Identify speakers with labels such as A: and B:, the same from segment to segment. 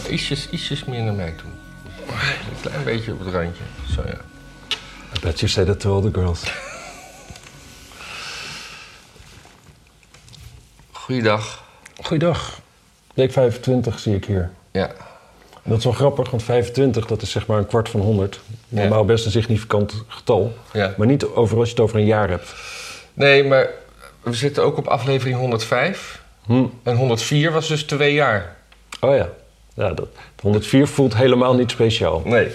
A: Ietsjes meer naar mij toe. Een klein beetje op het randje. Zo ja.
B: I bet you say that to all the girls.
A: Goeiedag.
B: Goeiedag. Week 25 zie ik hier.
A: Ja.
B: Dat is wel grappig, want 25, dat is zeg maar een kwart van 100. Normaal best een significant getal. Ja. Maar niet als je het over een jaar hebt.
A: Nee, maar we zitten ook op aflevering 105. En 104 was dus 2 jaar.
B: Oh ja. Ja, 104 voelt helemaal niet speciaal.
A: Nee.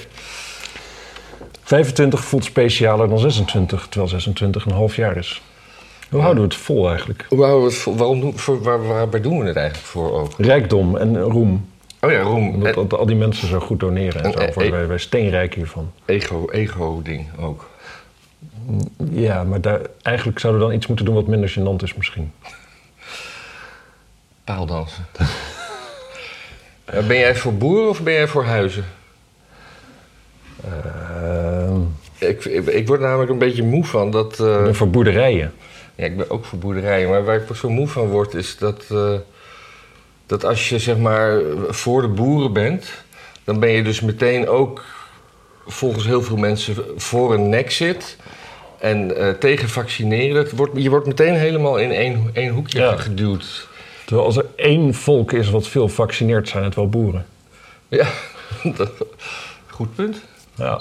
B: 25 voelt specialer dan 26, terwijl 26 een half jaar is. Hoe houden we het vol eigenlijk?
A: Hoe houden we het vol? Waar doen we het eigenlijk voor ook?
B: Rijkdom en roem.
A: Oh ja, roem.
B: Omdat al die mensen zo goed doneren en zo. Worden wij steenrijk hiervan.
A: Ego-ding ook.
B: Ja, maar eigenlijk zouden we dan iets moeten doen wat minder gênant is misschien.
A: Paaldansen. Ben jij voor boeren of ben jij voor huizen? Ik word namelijk een beetje moe van dat...
B: Ik ben voor boerderijen.
A: Ja, ik ben ook voor boerderijen. Maar waar ik zo moe van word is dat als je zeg maar voor de boeren bent... dan ben je dus meteen ook volgens heel veel mensen voor een Nexit... en tegen vaccineren. Je wordt meteen helemaal in één hoekje geduwd.
B: Terwijl als er één volk is wat veel vaccineert, zijn het wel boeren.
A: Ja, goed punt.
B: Ja.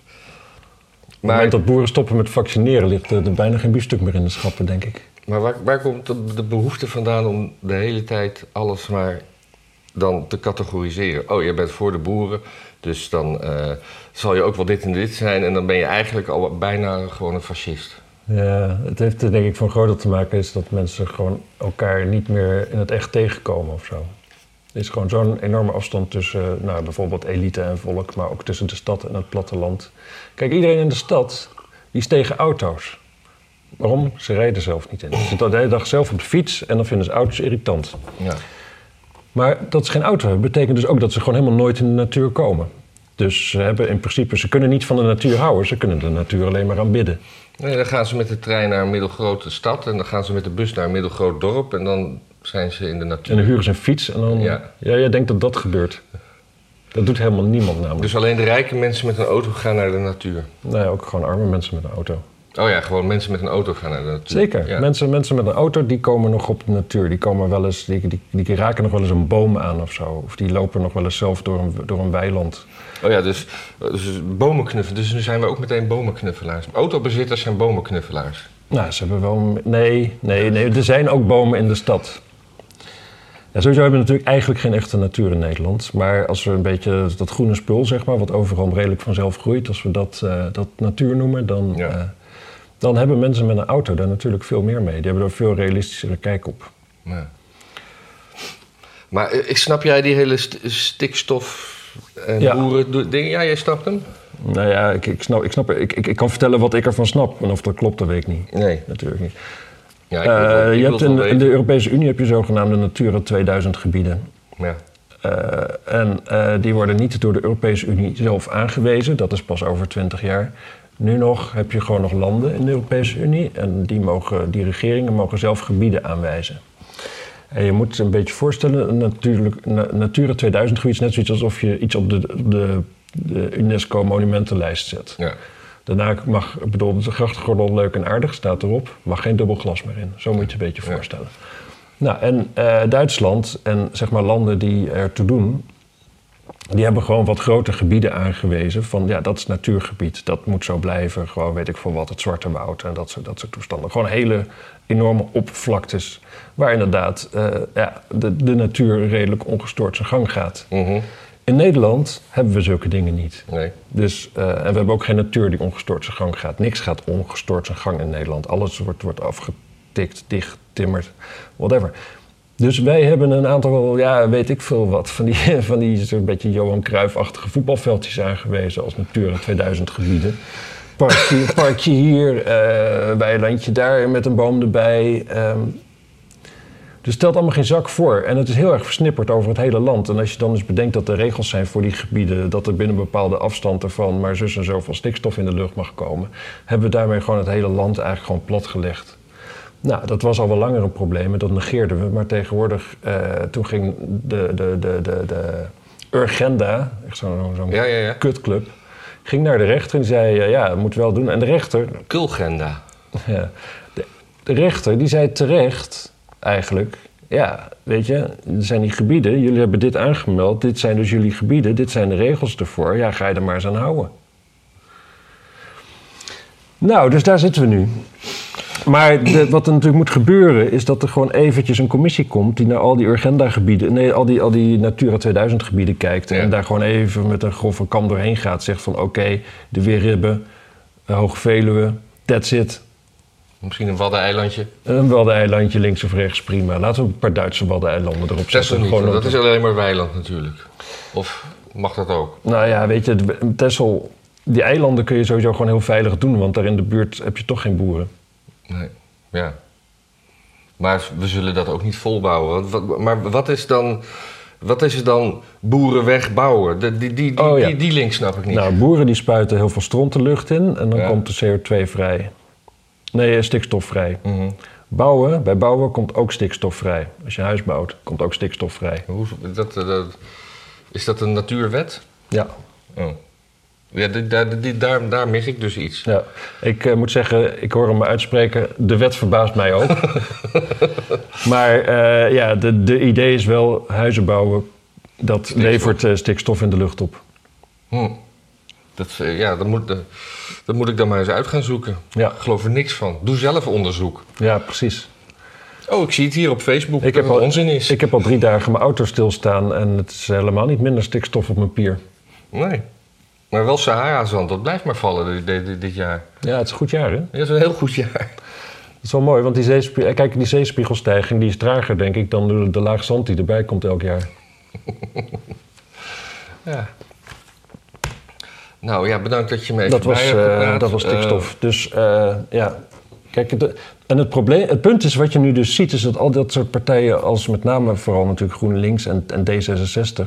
B: Op het moment dat boeren stoppen met vaccineren, ligt er bijna geen biefstuk meer in de schappen, denk ik.
A: Maar waar komt de behoefte vandaan om de hele tijd alles maar dan te categoriseren? Oh, je bent voor de boeren, dus dan zal je ook wel dit en dit zijn... en dan ben je eigenlijk al bijna gewoon een fascist.
B: Ja, het heeft denk ik van groot deel te maken is dat mensen gewoon elkaar niet meer in het echt tegenkomen of zo. Er is gewoon zo'n enorme afstand tussen bijvoorbeeld elite en volk, maar ook tussen de stad en het platteland. Kijk, iedereen in de stad, die is tegen auto's. Waarom? Ze rijden zelf niet in. Ze zitten de hele dag zelf op de fiets en dan vinden ze auto's irritant.
A: Ja.
B: Maar dat ze geen auto hebben, betekent dus ook dat ze gewoon helemaal nooit in de natuur komen. Dus ze hebben in principe, ze kunnen niet van de natuur houden, ze kunnen de natuur alleen maar aanbidden.
A: Nee, dan gaan ze met de trein naar een middelgrote stad en dan gaan ze met de bus naar een middelgroot dorp en dan zijn ze in de natuur.
B: En dan huren ze een fiets en dan... Ja, jij denkt dat dat gebeurt. Dat doet helemaal niemand namelijk.
A: Dus alleen de rijke mensen met een auto gaan naar de natuur?
B: Nee, ook gewoon arme mensen met een auto.
A: Oh ja, gewoon mensen met een auto gaan naar de natuur.
B: Zeker. Ja. Mensen met een auto, die komen nog op de natuur. Die komen wel eens, die raken nog wel eens een boom aan of zo. Of die lopen nog wel eens zelf door een weiland.
A: Oh ja, dus bomen knuffelen. Dus nu zijn we ook meteen bomenknuffelaars. Autobezitters zijn bomenknuffelaars.
B: Nou, ze hebben wel... Nee. Er zijn ook bomen in de stad. Ja, sowieso hebben we natuurlijk eigenlijk geen echte natuur in Nederland. Maar als we een beetje dat groene spul, zeg maar, wat overal redelijk vanzelf groeit, als we dat natuur noemen, dan hebben mensen met een auto daar natuurlijk veel meer mee. Die hebben er een veel realistischere kijk op.
A: Ja. Maar ik snap jij die hele stikstof en boeren dingen? Ja, jij snapt hem?
B: Nou ja, ik kan vertellen wat ik ervan snap. En of dat klopt, dat weet ik niet.
A: Nee.
B: Natuurlijk niet.
A: Ja,
B: je hebt in de Europese Unie heb je zogenaamde Natura 2000 gebieden.
A: Ja.
B: En die worden niet door de Europese Unie zelf aangewezen. Dat is pas over 20 jaar. Nu nog heb je gewoon nog landen in de Europese Unie. En die regeringen mogen zelf gebieden aanwijzen. En je moet je een beetje voorstellen, een Natura 2000 gebied is net zoiets alsof je iets op de UNESCO monumentenlijst zet.
A: Ja.
B: Daarna mag, de grachtgordel leuk en aardig, staat erop, mag geen dubbel glas meer in. Zo moet je het een beetje voorstellen. Nou, en Duitsland en zeg maar landen die ertoe doen, die hebben gewoon wat grote gebieden aangewezen van ja, dat is natuurgebied, dat moet zo blijven, gewoon weet ik veel wat, het Zwarte Woud en dat soort toestanden. Gewoon hele enorme oppervlaktes waar inderdaad de natuur redelijk ongestoord zijn gang gaat.
A: Mm-hmm.
B: In Nederland hebben we zulke dingen niet.
A: Nee.
B: Dus, en we hebben ook geen natuur die ongestoord zijn gang gaat. Niks gaat ongestoord zijn gang in Nederland. Alles wordt afgetikt, dichtgetimmerd, whatever. Dus wij hebben een aantal, weet ik veel wat, van die zo'n beetje Johan Cruijff-achtige voetbalveldjes aangewezen als Natura 2000 gebieden. Parkje hier, weilandje daar met een boom erbij. Dus stelt allemaal geen zak voor. En het is heel erg versnipperd over het hele land. En als je dan eens bedenkt dat er regels zijn voor die gebieden, dat er binnen een bepaalde afstand ervan maar zus en zoveel stikstof in de lucht mag komen, hebben we daarmee gewoon het hele land eigenlijk gewoon platgelegd. Nou, dat was al wel langer een probleem en dat negeerden we. Maar tegenwoordig, toen ging de Urgenda, echt zo'n
A: Ja.
B: kutclub, ging naar de rechter en die zei, ja, dat moet wel doen. En de rechter...
A: Kulgenda.
B: Ja, de rechter, die zei terecht eigenlijk... Ja, weet je, er zijn die gebieden, jullie hebben dit aangemeld... dit zijn dus jullie gebieden, dit zijn de regels ervoor. Ja, ga je er maar eens aan houden. Nou, dus daar zitten we nu. Maar wat er natuurlijk moet gebeuren... is dat er gewoon eventjes een commissie komt... die naar al die Urgenda-gebieden... nee, al die Natura 2000-gebieden kijkt...
A: Ja.
B: en daar gewoon even met een grove kam doorheen gaat. Zegt van, oké, de Weerribben, Hoge Veluwe, that's it.
A: Misschien een waddeneilandje.
B: Een waddeneilandje links of rechts, prima. Laten we een paar Duitse waddeneilanden erop
A: Texel
B: zetten.
A: niet,
B: Gewoon
A: want dat is alleen maar weiland natuurlijk. Of mag dat ook?
B: Nou ja, weet je, Texel... Die eilanden kun je sowieso gewoon heel veilig doen... want daar in de buurt heb je toch geen boeren.
A: Nee, ja. Maar we zullen dat ook niet volbouwen. Maar wat is er dan boerenweg bouwen? Die link snap ik niet.
B: Nou, boeren die spuiten heel veel stront de lucht in... en dan
A: Ja.
B: komt de CO2 vrij. Nee, stikstofvrij.
A: Mhm.
B: Bij bouwen komt ook stikstofvrij. Als je huis bouwt, komt ook stikstofvrij.
A: Is dat een natuurwet?
B: Ja.
A: Oh. Ja, daar mis ik dus iets.
B: Ja, ik moet zeggen, ik hoor hem uitspreken, de wet verbaast mij ook. Maar ja, de idee is wel, huizen bouwen, dat
A: Stikstof.
B: levert stikstof in de lucht op.
A: Dat moet ik dan maar eens uit gaan zoeken.
B: Ja.
A: Ik geloof er niks van. Doe zelf onderzoek.
B: Ja, precies.
A: Oh, ik zie het hier op Facebook
B: Ik
A: dat
B: heb
A: het onzin is.
B: Ik heb al 3 dagen mijn auto stilstaan en het is helemaal niet minder stikstof op mijn pier.
A: Nee. Maar wel Sahara-zand, dat blijft maar vallen dit jaar.
B: Ja, het is een goed jaar, hè?
A: Ja, dat is een heel goed jaar.
B: Dat is wel mooi, want die zeespiegelstijging die is trager, denk ik, dan de laag zand die erbij komt elk jaar.
A: Ja. Nou ja, bedankt dat je me even bij hebt gepraat.
B: Dat was stikstof. Dus ja, kijk, het punt is wat je nu dus ziet, is dat al dat soort partijen als met name vooral natuurlijk GroenLinks en D66,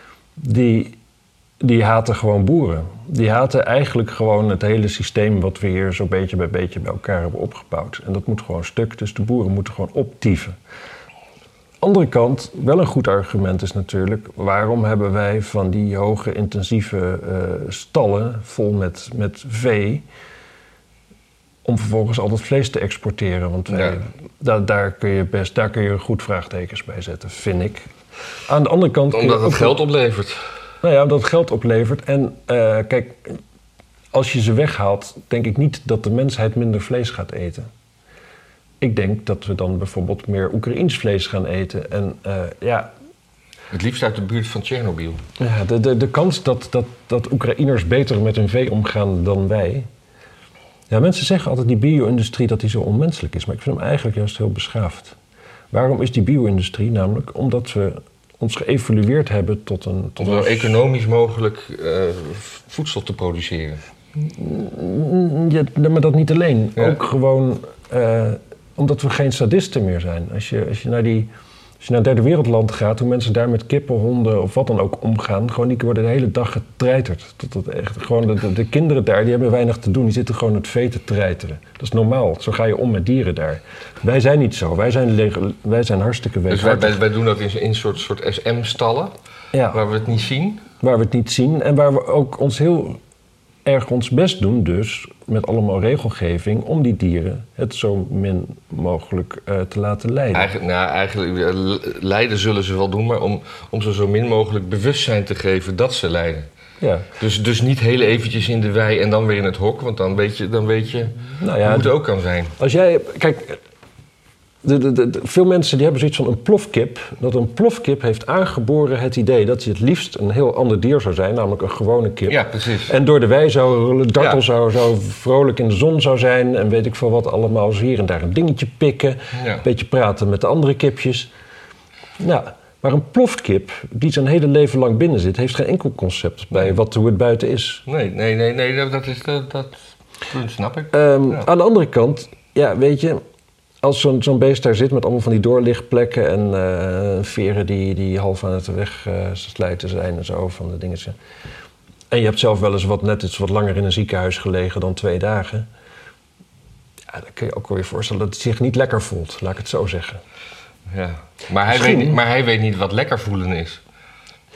B: die haten gewoon boeren. Die haten eigenlijk gewoon het hele systeem wat we hier zo beetje bij elkaar hebben opgebouwd. En dat moet gewoon stuk, dus de boeren moeten gewoon optieven. Andere kant, wel een goed argument is natuurlijk, waarom hebben wij van die hoge intensieve stallen vol met vee, om vervolgens al dat vlees te exporteren? Want daar kun je goed vraagtekens bij zetten, vind ik. Aan de andere kant...
A: Omdat het geld oplevert.
B: Nou ja, omdat het geld oplevert. En kijk, als je ze weghaalt, denk ik niet dat de mensheid minder vlees gaat eten. Ik denk dat we dan bijvoorbeeld meer Oekraïens vlees gaan eten. En ja...
A: Het liefst uit de buurt van Tsjernobyl.
B: Ja, de kans dat Oekraïners beter met hun vee omgaan dan wij... Ja, mensen zeggen altijd die bio-industrie dat die zo onmenselijk is. Maar ik vind hem eigenlijk juist heel beschaafd. Waarom is die bio-industrie? Namelijk omdat we ons geëvolueerd hebben tot een...
A: Om zo economisch mogelijk voedsel te produceren.
B: Ja, maar dat niet alleen.
A: Ja.
B: Ook gewoon omdat we geen sadisten meer zijn. Als je naar een derde wereldland gaat, hoe mensen daar met kippen, honden of wat dan ook omgaan, gewoon die worden de hele dag getreiterd. Gewoon de kinderen daar, die hebben weinig te doen. Die zitten gewoon het vee te treiteren. Dat is normaal. Zo ga je om met dieren daar. Wij zijn niet zo. Wij zijn hartstikke weekhartig.
A: Dus wij doen dat in een soort SM-stallen,
B: ja,
A: waar we het niet zien.
B: Waar we het niet zien en waar we ook heel erg ons best doen, dus met allemaal regelgeving, om die dieren het zo min mogelijk te laten lijden.
A: Eigenlijk lijden zullen ze wel doen, maar om ze zo min mogelijk bewustzijn te geven dat ze lijden.
B: Ja.
A: Dus niet heel eventjes in de wei en dan weer in het hok, want dan weet je hoe het ook kan zijn.
B: Als jij, kijk, veel mensen die hebben zoiets van een plofkip. Dat een plofkip heeft aangeboren het idee dat hij het liefst een heel ander dier zou zijn, namelijk een gewone kip.
A: Ja, precies.
B: En door de wei zou vrolijk in de zon zou zijn en weet ik veel wat allemaal. Dus hier en daar een dingetje pikken, een beetje praten met de andere kipjes. Nou, maar een plofkip die zijn hele leven lang binnen zit, heeft geen enkel concept bij hoe het buiten is.
A: Nee, dat snap ik.
B: Aan de andere kant, ja, weet je, als zo'n beest daar zit met allemaal van die doorlichtplekken en veren die half aan het wegslijten zijn en zo van de dingen. En je hebt zelf wel eens wat langer in een ziekenhuis gelegen dan 2 dagen. Ja, dan kun je ook wel weer voorstellen dat het zich niet lekker voelt, laat ik het zo zeggen.
A: Ja, maar hij weet niet wat lekker voelen is.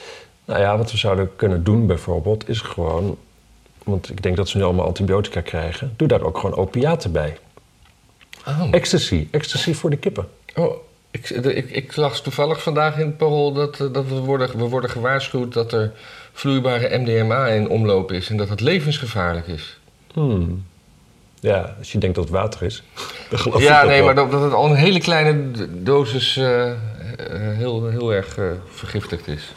B: Nou ja, wat we zouden kunnen doen bijvoorbeeld is gewoon... Want ik denk dat ze nu allemaal antibiotica krijgen. Doe daar ook gewoon opiaten bij.
A: Oh.
B: Ecstasy voor de kippen.
A: Oh, ik las toevallig vandaag in het Parool dat we worden gewaarschuwd dat er vloeibare MDMA in omloop is en dat het levensgevaarlijk is.
B: Ja, als je denkt dat het water is. Dan geloof ik
A: Ja,
B: dat
A: nee,
B: wel.
A: maar dat het al een hele kleine dosis heel erg vergiftigd is.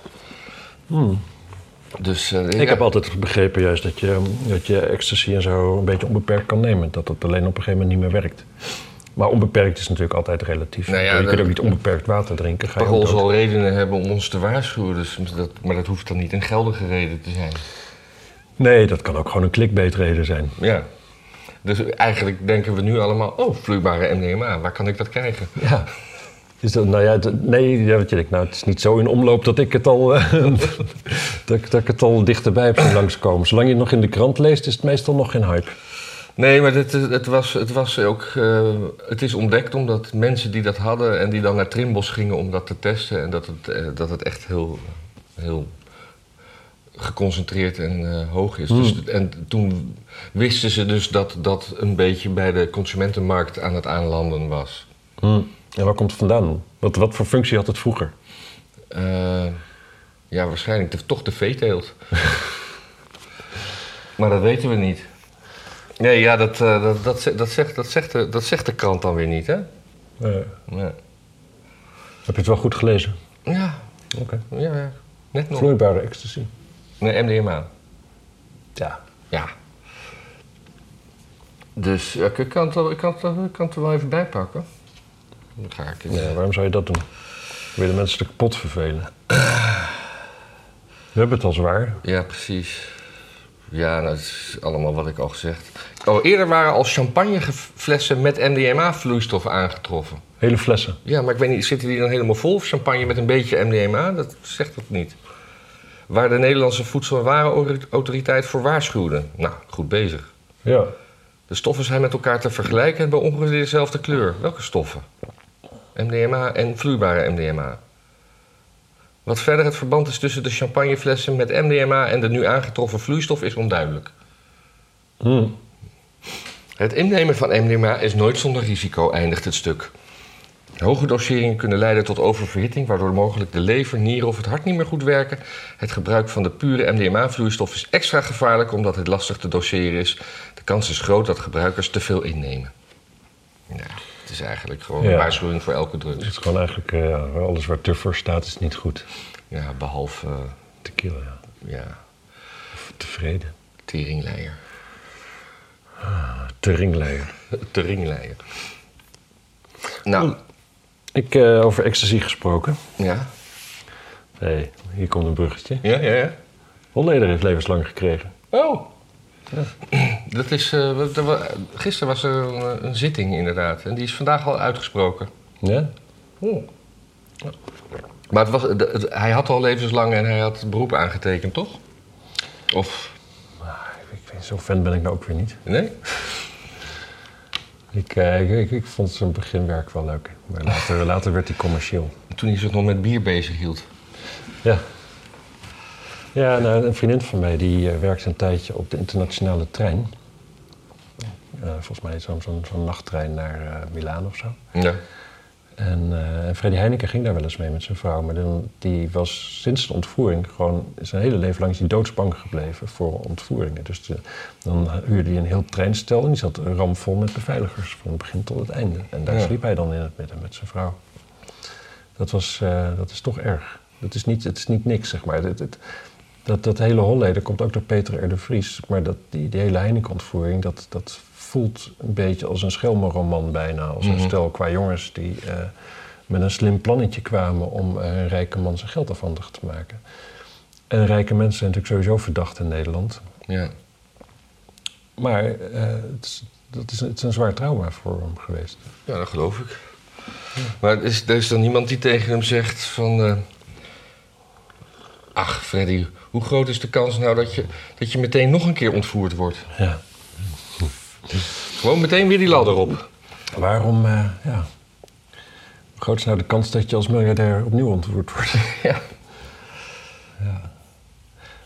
A: Dus,
B: Ik heb altijd begrepen juist dat je ecstasy en zo een beetje onbeperkt kan nemen. Dat het alleen op een gegeven moment niet meer werkt. Maar onbeperkt is natuurlijk altijd relatief.
A: Nou ja,
B: je kunt ook niet onbeperkt water drinken. Ga je
A: Parool
B: ook dood.
A: zal redenen hebben om ons te waarschuwen, dus maar dat hoeft dan niet een geldige reden te zijn.
B: Nee, dat kan ook gewoon een clickbait-reden zijn.
A: Ja. Dus eigenlijk denken we nu allemaal, oh, vloeibare MDMA, waar kan ik dat krijgen?
B: Ja. Is dat, nou ja, wat je denkt, nou, het is niet zo in omloop dat ik het al, dat ik het al dichterbij heb zien langskomen. Zolang je het nog in de krant leest, is het meestal nog geen hype.
A: Nee, maar het was ook... het is ontdekt omdat mensen die dat hadden en die dan naar Trimbos gingen om dat te testen en dat het echt heel, heel geconcentreerd en hoog is. Dus, en toen wisten ze dus dat dat een beetje bij de consumentenmarkt aan het aanlanden was.
B: En waar komt het vandaan? Wat voor functie had het vroeger?
A: Ja, waarschijnlijk toch de veeteelt. Maar dat weten we niet. Nee, ja, dat zegt de krant dan weer niet, hè?
B: Nee.
A: Nee.
B: Heb je het wel goed gelezen?
A: Ja,
B: Oké.
A: ja, net nog.
B: Vloeibare ecstasy.
A: Nee, MDMA.
B: Ja.
A: Ja. Dus ja, ik kan het er wel even bij pakken. Dan ga ik het.
B: Ja, waarom zou je dat doen? Wil je de mensen te kapot vervelen? We hebben het al zwaar.
A: Ja, precies. Ja, nou, dat is allemaal wat ik al gezegd. Oh, eerder waren al champagneflessen met MDMA-vloeistoffen aangetroffen.
B: Hele flessen.
A: Ja, maar ik weet niet, zitten die dan helemaal vol of champagne met een beetje MDMA? Dat zegt het niet. Waar de Nederlandse Voedsel- en Warenautoriteit voor waarschuwde. Nou, goed bezig.
B: Ja.
A: De stoffen zijn met elkaar te vergelijken en hebben ongeveer dezelfde kleur. Welke stoffen? MDMA en vloeibare MDMA. Wat verder het verband is tussen de champagneflessen met MDMA en de nu aangetroffen vloeistof is onduidelijk. Het innemen van MDMA is nooit zonder risico, eindigt het stuk. Hoge doseringen kunnen leiden tot oververhitting, waardoor mogelijk de lever, nieren of het hart niet meer goed werken. Het gebruik van de pure MDMA-vloeistof is extra gevaarlijk omdat het lastig te doseren is. De kans is groot dat gebruikers te veel innemen. Ja, het is eigenlijk gewoon een waarschuwing voor elke drugs.
B: Het is gewoon eigenlijk alles waar te voor staat is niet goed.
A: Ja, behalve
B: Tequila, ja.
A: ja,
B: Of tevreden.
A: teringleier.
B: Teringleier.
A: Teringleier. Nou,
B: Over ecstasy gesproken.
A: ja.
B: Hey, hier komt een bruggetje.
A: Ja.
B: Holleder heeft levenslang gekregen.
A: Oh. Ja. Dat is, gisteren was er een zitting inderdaad. En die is vandaag al uitgesproken.
B: Ja?
A: Oh. Ja. Maar hij had al levenslang en hij had het beroep aangetekend, toch? Of?
B: Zo fan ben ik nou ook weer niet.
A: Nee?
B: Ik vond zijn beginwerk wel leuk. Maar later werd hij commercieel.
A: Toen hij zich nog met bier bezig hield.
B: Ja. Ja, nou, een vriendin van mij die werkte een tijdje op de internationale trein. Volgens mij zo'n nachttrein naar Milaan of zo.
A: Ja.
B: En Freddy Heineken ging daar wel eens mee met zijn vrouw. Maar die was sinds de ontvoering gewoon zijn hele leven lang is hij doodsbang gebleven voor ontvoeringen. Dus dan huurde hij een heel treinstel en die zat ramvol met beveiligers van het begin tot het einde. En daar sliep hij dan in het midden met zijn vrouw. Dat is toch erg. Het is niet niks, zeg maar. Dat hele Holleder komt ook door Peter R. de Vries. Maar die hele Heineken-ontvoering, dat voelt een beetje als een Schelmenroman bijna. Als een stel qua jongens die met een slim plannetje kwamen om een rijke man zijn geld afhandig te maken. En rijke mensen zijn natuurlijk sowieso verdacht in Nederland.
A: Ja.
B: Maar het is een zwaar trauma voor hem geweest.
A: Ja, dat geloof ik. Ja. Maar er is dan niemand die tegen hem zegt van... Ach, Freddy, hoe groot is de kans nou dat je meteen nog een keer ontvoerd wordt?
B: Ja.
A: Gewoon meteen weer die ladder op.
B: Waarom, Hoe groot is nou de kans dat je als miljardair opnieuw ontvoerd wordt?
A: Ja.
B: Ja.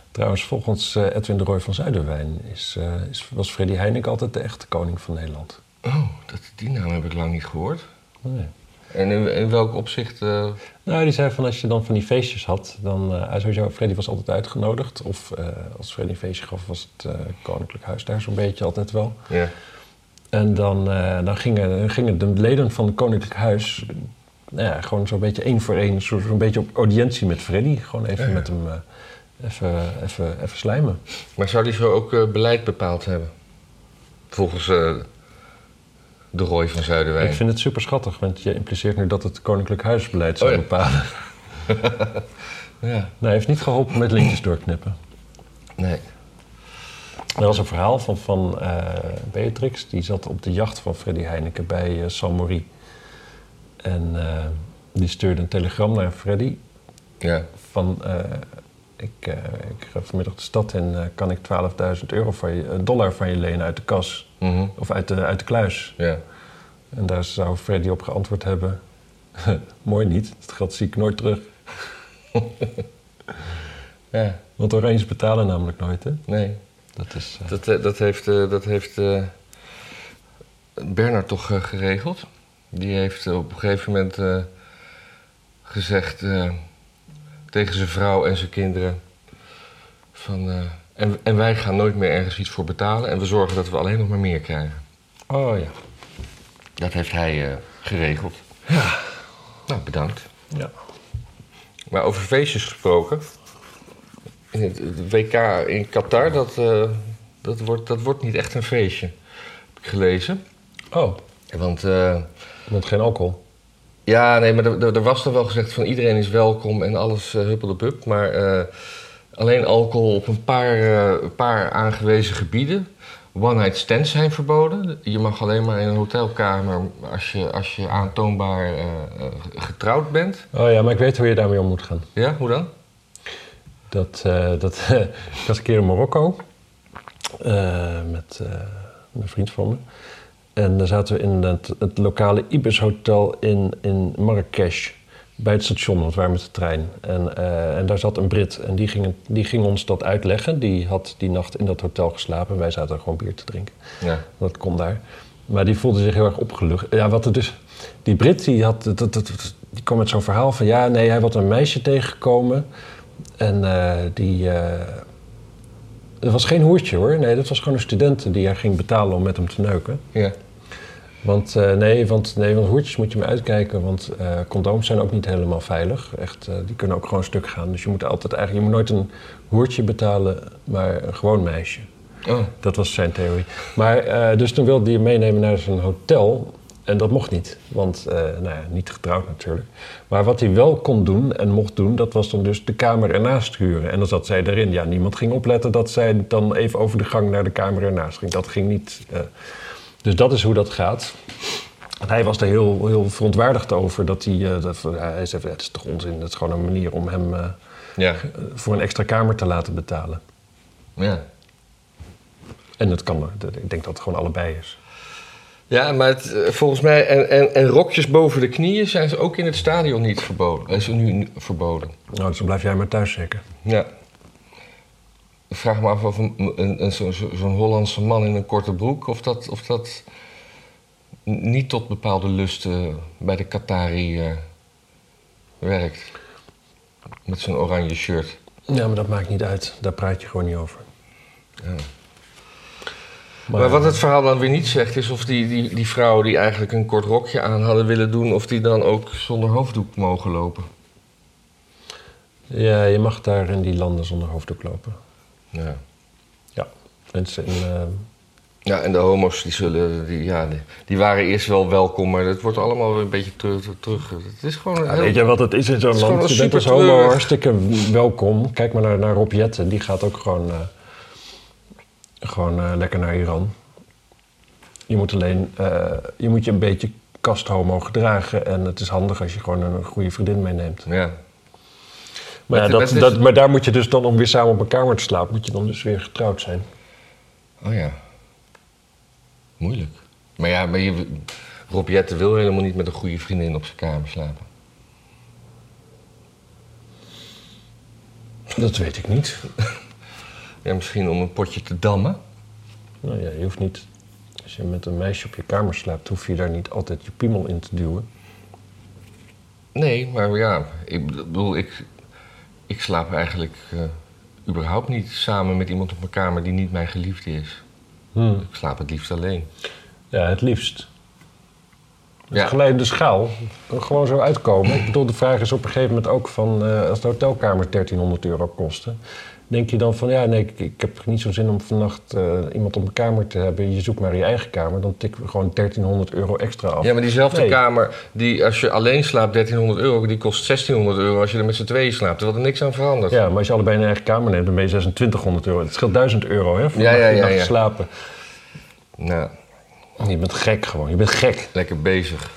B: Trouwens, volgens Edwin de Roy van Zuiderwijn was Freddy Heineken altijd de echte koning van Nederland.
A: Oh, die naam heb ik lang niet gehoord.
B: Nee.
A: En in welk opzicht?
B: Nou, die zei van als je dan van die feestjes had, dan sowieso, Freddy was altijd uitgenodigd. Of als Freddy een feestje gaf, was het Koninklijk Huis daar zo'n beetje altijd wel.
A: Ja.
B: En dan gingen de leden van het Koninklijk Huis gewoon zo'n beetje één voor één, zo'n beetje op audiëntie met Freddy. Gewoon even met hem even slijmen.
A: Maar zou die zo ook beleid bepaald hebben? Volgens de Roy van Zuiderwijn.
B: Ik vind het super schattig, want je impliceert nu dat het Koninklijk Huis beleid zou bepalen.
A: Ja.
B: Nou, hij heeft niet geholpen met lintjes doorknippen.
A: Nee.
B: Er was een verhaal van Beatrix, die zat op de jacht van Freddy Heineken bij Saint-Maury. En die stuurde een telegram naar Freddy.
A: Ja.
B: Van, ik ga vanmiddag de stad in, kan ik $12.000 dollar van je lenen uit de kas?
A: Mm-hmm.
B: Of uit de kluis?
A: Ja.
B: En daar zou Freddy op geantwoord hebben, mooi niet, het geld zie ik nooit terug.
A: Ja.
B: Want Oranjes betalen namelijk nooit, hè?
A: Nee.
B: Dat is...
A: Dat heeft Bernard toch geregeld. Die heeft op een gegeven moment gezegd tegen zijn vrouw en zijn kinderen van... En wij gaan nooit meer ergens iets voor betalen en we zorgen dat we alleen nog maar meer krijgen.
B: Oh ja.
A: Dat heeft hij geregeld.
B: Ja.
A: Nou, bedankt.
B: Ja.
A: Maar over feestjes gesproken. Het WK in Qatar, dat wordt niet echt een feestje. Heb ik gelezen.
B: Oh.
A: Want
B: geen alcohol?
A: ja, nee, maar er was dan wel gezegd van iedereen is welkom en alles huppeldepup. Maar alleen alcohol op een paar aangewezen gebieden. One-night stands zijn verboden. Je mag alleen maar in een hotelkamer als je aantoonbaar getrouwd bent.
B: Oh ja, maar ik weet hoe je daarmee om moet gaan.
A: Ja, hoe dan?
B: Ik was een keer in Marokko met een vriend van me. En daar zaten we in het lokale Ibis Hotel in Marrakesh. Bij het station, want we waren met de trein. En daar zat een Brit en die ging ons dat uitleggen. Die had die nacht in dat hotel geslapen en wij zaten er gewoon bier te drinken.
A: Ja.
B: Dat kon daar. Maar die voelde zich heel erg opgelucht. Ja, wat er dus... Die Brit die kwam met zo'n verhaal van... Ja, nee, hij was een meisje tegengekomen. En dat was geen hoertje hoor. Nee, dat was gewoon een student die haar ging betalen om met hem te neuken.
A: Ja.
B: Want hoertjes moet je maar uitkijken, want condooms zijn ook niet helemaal veilig. Echt, die kunnen ook gewoon stuk gaan. Dus je moet nooit een hoertje betalen, maar een gewoon meisje.
A: Oh.
B: Dat was zijn theorie. Maar dus toen wilde hij hem meenemen naar zijn hotel en dat mocht niet. Want, niet getrouwd natuurlijk. Maar wat hij wel kon doen en mocht doen, dat was dan dus de kamer ernaast huren. En dan zat zij erin. Ja, niemand ging opletten dat zij dan even over de gang naar de kamer ernaast ging. Dat ging niet... Dus dat is hoe dat gaat. En hij was er heel, heel verontwaardigd over. Hij zei, het is toch onzin. Dat is gewoon een manier om hem voor een extra kamer te laten betalen.
A: Ja.
B: En dat kan. Ik denk dat het gewoon allebei is.
A: Ja, maar volgens mij... En rokjes boven de knieën zijn ze ook in het stadion niet verboden. Is nu verboden.
B: Nou, dus dan blijf jij maar thuis zeker.
A: Ja. Ik vraag me af of zo'n Hollandse man in een korte broek... of dat niet tot bepaalde lusten bij de Qatari werkt. Met zo'n oranje shirt.
B: Ja, maar dat maakt niet uit. Daar praat je gewoon niet over.
A: Ja. Maar wat het verhaal dan weer niet zegt... is of die vrouwen die eigenlijk een kort rokje aan hadden willen doen... of die dan ook zonder hoofddoek mogen lopen.
B: Ja, je mag daar in die landen zonder hoofddoek lopen.
A: Ja.
B: Ja, mensen in...
A: Ja, en de homo's die waren eerst wel welkom, maar het wordt allemaal weer een beetje terug. Het is gewoon
B: Ja, weet je wat het is in zo'n land? Je bent als homo hartstikke welkom. Kijk maar naar Rob Jetten, die gaat ook gewoon lekker naar Iran. Je moet alleen je een beetje kasthomo gedragen en het is handig als je gewoon een goede vriendin meeneemt.
A: Ja.
B: Maar daar moet je dus dan, om weer samen op een kamer te slapen, moet je dan dus weer getrouwd zijn.
A: Oh ja. Moeilijk. Maar ja, Rob Jetten wil helemaal niet met een goede vriendin op zijn kamer slapen.
B: Dat weet ik niet.
A: Ja, misschien om een potje te dammen.
B: Nou ja, je hoeft niet... Als je met een meisje op je kamer slaapt, hoef je daar niet altijd je piemel in te duwen.
A: Nee, maar ja, ik bedoel, ik slaap eigenlijk überhaupt niet samen met iemand op mijn kamer die niet mijn geliefde is. Ik slaap het liefst alleen.
B: Ja, het liefst. Het
A: Ja.
B: geleide schaal kan gewoon zo uitkomen. Ik bedoel, de vraag is op een gegeven moment ook van... als de hotelkamers €1300 kosten... denk je dan van, ja, nee, ik heb niet zo'n zin om vannacht iemand op mijn kamer te hebben. Je zoekt maar je eigen kamer, dan tikken we gewoon €1300 extra af.
A: Ja, maar diezelfde
B: Nee.
A: kamer, die als je alleen slaapt €1300, die kost €1600 als je er met z'n tweeën slaapt. Terwijl er niks aan verandert.
B: Ja, maar als je allebei een eigen kamer neemt, dan ben je €2600. Het scheelt €1000, hè, voor
A: Ja,
B: een nacht
A: ja.
B: slapen.
A: Nou,
B: Je bent gek gewoon, je bent gek.
A: lekker bezig.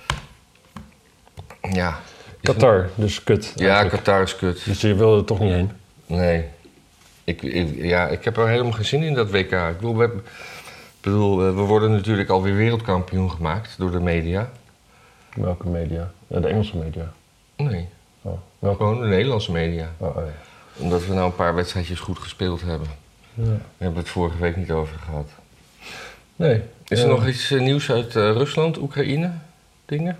A: Ja.
B: Qatar, dus kut.
A: Ja,
B: eigenlijk.
A: Qatar is kut.
B: Dus je wilde er toch niet heen?
A: Nee. Ik heb er helemaal geen zin in, dat WK. Ik bedoel, we worden natuurlijk alweer wereldkampioen gemaakt door de media.
B: Welke media? De Engelse media.
A: Nee,
B: Oh, welke?
A: gewoon de Nederlandse media.
B: Oh, ja.
A: Omdat we nou een paar wedstrijdjes goed gespeeld hebben.
B: Ja.
A: Daar hebben we het vorige week niet over gehad.
B: Nee.
A: Is er nog iets nieuws uit Rusland, Oekraïne, dingen?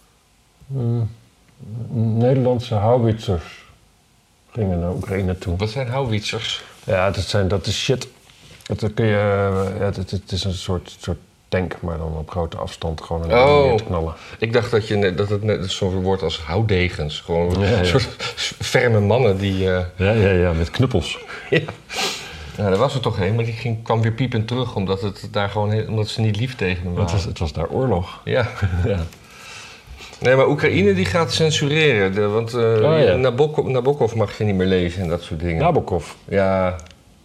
B: Nederlandse houwitsers gingen naar Oekraïne toe.
A: Wat zijn houwitsers?
B: Ja, dat is shit. Dat kun je, ja, het is een soort tank, maar dan op grote afstand gewoon neer te knallen.
A: Ik dacht dat het net zo'n woord als houtdegens. Gewoon
B: Ja.
A: een soort ferme mannen die...
B: Ja, met knuppels.
A: Ja. Ja, daar was er toch een, maar die kwam weer piepend terug omdat ze niet lief tegen hem waren.
B: Het was daar oorlog.
A: Ja.
B: Ja.
A: Nee, maar Oekraïne die gaat censureren. Want
B: ja.
A: Nabokov mag je niet meer lezen en dat soort dingen.
B: Nabokov.
A: Ja.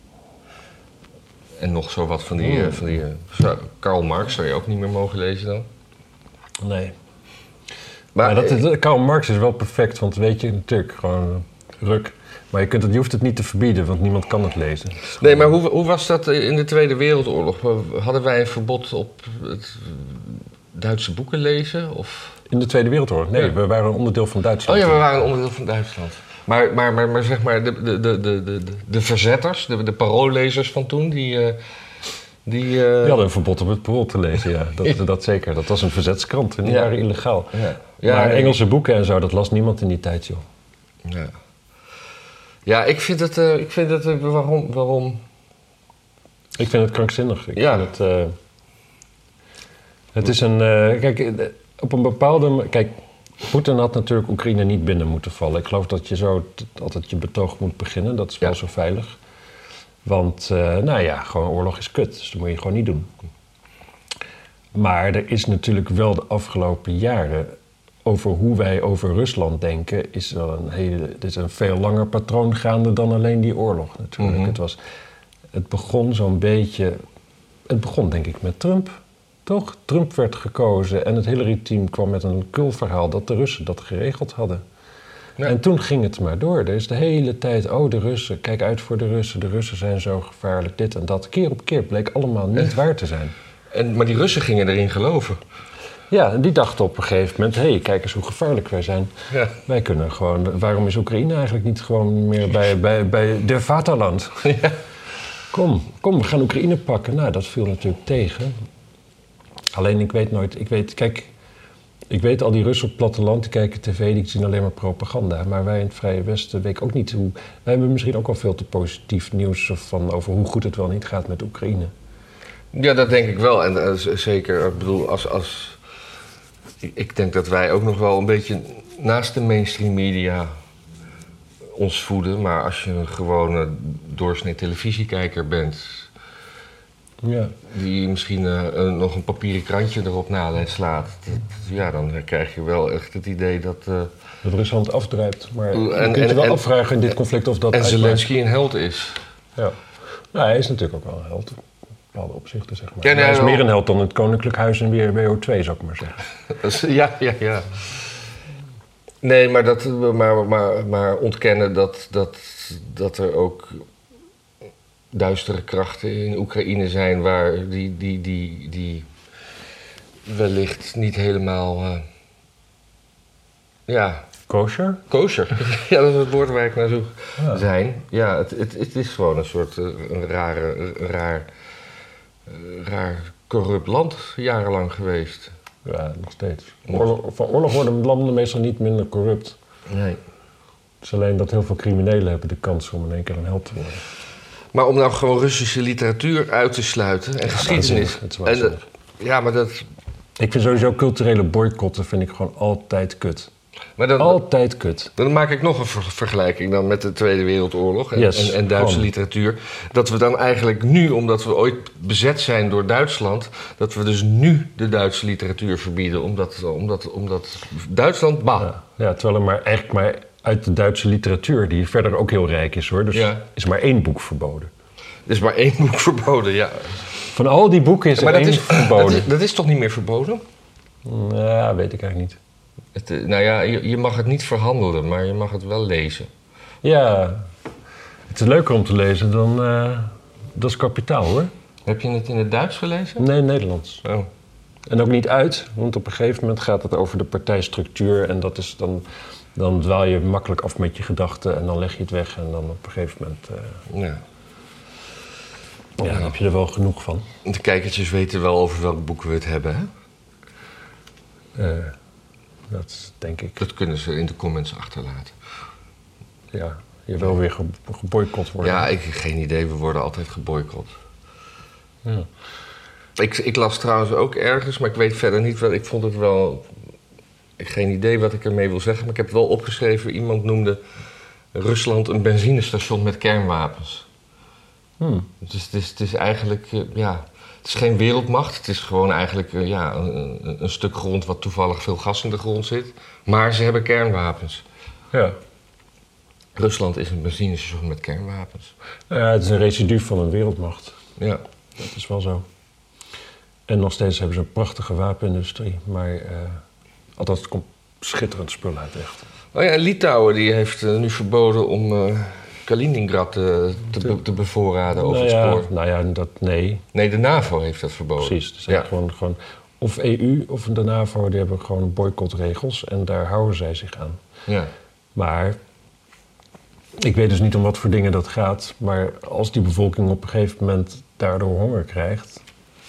A: En nog zo wat van die... Karl Marx zou je ook niet meer mogen lezen dan.
B: Nee.
A: Maar
B: Maar Karl Marx is wel perfect, want weet je, natuurlijk gewoon ruk. Maar je hoeft het niet te verbieden, want niemand kan het lezen.
A: nee, maar hoe was dat in de Tweede Wereldoorlog? Hadden wij een verbod op het Duitse boeken lezen? Of...
B: In de Tweede Wereldoorlog? Nee,
A: Ja.
B: we waren een onderdeel van Duitsland.
A: Oh ja, we waren een onderdeel van Duitsland. Maar zeg maar, de verzetters, de paroollezers van toen, die
B: Die hadden een verbod om het Parool te lezen, ja. Dat zeker. Dat was een verzetskrant en die
A: Ja.
B: waren illegaal.
A: Ja,
B: maar
A: nee.
B: Engelse boeken en zo, dat las niemand in die tijd, joh.
A: Ja, ja ik vind het waarom?
B: Ik vind het krankzinnig.
A: Ja.
B: Het is een... op een bepaalde... Kijk, Poetin had natuurlijk Oekraïne niet binnen moeten vallen. Ik geloof dat je zo altijd je betoog moet beginnen. Dat is wel zo veilig. Want, gewoon oorlog is kut. Dus dat moet je gewoon niet doen. Maar er is natuurlijk wel de afgelopen jaren... over hoe wij over Rusland denken... is wel het is een veel langer patroon gaande dan alleen die oorlog natuurlijk.
A: Mm-hmm.
B: Het begon zo'n beetje... Het begon denk ik met Trump, toch? Trump werd gekozen en het Hillary-team kwam met een kulverhaal... dat de Russen dat geregeld hadden.
A: Ja.
B: En toen ging het maar door. Er is de hele tijd, de Russen, kijk uit voor de Russen zijn zo gevaarlijk, dit en dat. Keer op keer bleek allemaal niet waar te zijn.
A: Maar die Russen gingen erin geloven.
B: Ja, en die dachten op een gegeven moment... hé, kijk eens hoe gevaarlijk wij zijn.
A: Ja.
B: Wij kunnen gewoon... Waarom is Oekraïne eigenlijk niet gewoon meer bij de Vaterland?
A: Ja.
B: Kom, we gaan Oekraïne pakken. Nou, dat viel natuurlijk tegen. Alleen ik weet nooit... Ik weet al die Russen op het platteland, die kijken tv... die zien alleen maar propaganda. Maar wij in het Vrije Westen weten ook niet hoe... Wij hebben misschien ook wel veel te positief nieuws... over hoe goed het wel niet gaat met Oekraïne.
A: Ja, dat denk ik wel. En zeker, ik bedoel, ik denk dat wij ook nog wel een beetje naast de mainstream media ons voeden. Maar als je een gewone doorsnee televisiekijker bent,
B: Ja.
A: die misschien nog een papieren krantje erop slaat, dan krijg je wel echt het idee dat...
B: Dat Rusland afdruipt. Maar je
A: En-
B: kunt je
A: en-
B: wel
A: en-
B: afvragen in dit conflict of dat
A: en
B: uitmaakt.
A: Zelensky een held is.
B: Ja. Nou, hij is natuurlijk ook wel een held. In bepaalde opzichten, zeg maar.
A: Ja, nee,
B: hij is
A: wel.
B: meer een held dan het Koninklijk Huis en weer WO2, zou ik maar zeggen.
A: Ja. Nee, maar ontkennen dat er ook duistere krachten in Oekraïne zijn waar die wellicht niet helemaal
B: Kosher?
A: Kosher. Ja, dat is het woord waar ik naar zoek zijn. Ja, het is gewoon een soort een raar corrupt land jarenlang geweest.
B: Ja, nog steeds. Van oorlog worden landen meestal niet minder corrupt.
A: Nee.
B: Het is alleen dat heel veel criminelen hebben de kans om in één keer een held te worden.
A: Maar om nou gewoon Russische literatuur uit te sluiten en geschiedenis.
B: Het is waanzinnig.
A: Ja, maar dat...
B: Ik vind sowieso culturele boycotten vind ik gewoon altijd kut.
A: Maar
B: Altijd kut.
A: Dan maak ik nog een vergelijking dan met de Tweede Wereldoorlog en Duitse
B: gewoon.
A: Literatuur. Dat we dan eigenlijk nu, omdat we ooit bezet zijn door Duitsland, dat we dus nu de Duitse literatuur verbieden. Omdat Duitsland,
B: Ja, terwijl er eigenlijk maar uit de Duitse literatuur, die verder ook heel rijk is hoor, dus is maar 1 boek verboden.
A: Er is maar 1 boek verboden, ja.
B: Van al die boeken is er 1 verboden.
A: Dat is toch niet meer verboden?
B: Ja, weet ik eigenlijk niet.
A: Nou ja, je mag het niet verhandelen, maar je mag het wel lezen.
B: Ja, het is leuker om te lezen dan Dat is Kapitaal, hoor.
A: Heb je het in het Duits gelezen?
B: Nee, Nederlands.
A: Oh.
B: En ook niet uit, want op een gegeven moment gaat het over de partijstructuur en dat is dan dwaal je makkelijk af met je gedachten en dan leg je het weg en dan op een gegeven moment dan heb je er wel genoeg van.
A: De kijkertjes weten wel over welk boek we het hebben, hè?
B: Dat denk ik.
A: Dat kunnen ze in de comments achterlaten.
B: Ja, je wil weer geboycott worden.
A: Ja, ik heb geen idee. We worden altijd geboycott.
B: Ja.
A: Ik las trouwens ook ergens, maar ik weet verder niet wat. Ik vond het wel... Ik heb geen idee wat ik ermee wil zeggen, maar ik heb het wel opgeschreven. Iemand noemde Rusland een benzinestation met kernwapens. Dus het is eigenlijk... Het is geen wereldmacht. Het is gewoon eigenlijk een stuk grond wat toevallig veel gas in de grond zit. Maar ze hebben kernwapens.
B: Ja.
A: Rusland is een benzinestation met kernwapens.
B: Het is een residu van een wereldmacht.
A: Ja.
B: Dat is wel zo. En nog steeds hebben ze een prachtige wapenindustrie. Maar althans, het komt schitterend spul uit, echt.
A: Oh ja, Litouwen die heeft nu verboden om Kaliningrad te bevoorraden over het spoor.
B: Nee.
A: Nee, de NAVO heeft dat verboden.
B: Precies. Dus gewoon, of EU of de NAVO, die hebben gewoon boycottregels en daar houden zij zich aan.
A: Ja.
B: Maar ik weet dus niet om wat voor dingen dat gaat. Maar als die bevolking op een gegeven moment daardoor honger krijgt,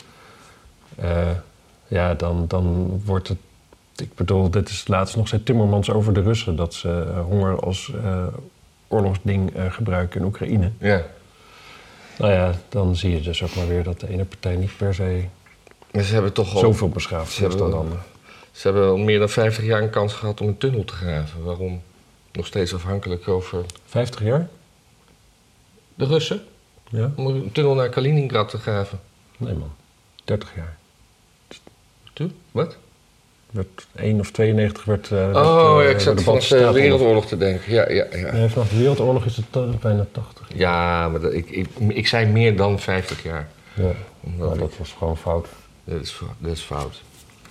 B: dan wordt het... Ik bedoel, dit is laatst nog zei Timmermans over de Russen, dat ze honger als oorlogsding gebruiken in Oekraïne.
A: Ja.
B: Nou ja, dan zie je dus ook maar weer dat de ene partij niet per se
A: Maar ze hebben toch al
B: zoveel beschaafd is dan de andere.
A: Ze hebben al meer dan 50 jaar een kans gehad om een tunnel te graven. Waarom? Nog steeds afhankelijk over...
B: 50 jaar?
A: De Russen?
B: Ja.
A: Om een tunnel naar Kaliningrad te graven.
B: Nee man, 30 jaar.
A: Toen? Wat?
B: Werd 1 of 92 werd...
A: ik zat vanaf de Wereldoorlog te denken. Ja.
B: Nee, vanaf de Wereldoorlog is het bijna 80.
A: Ja, maar ik zei meer dan 50 jaar.
B: Ja, dat was gewoon fout.
A: Dat is fout.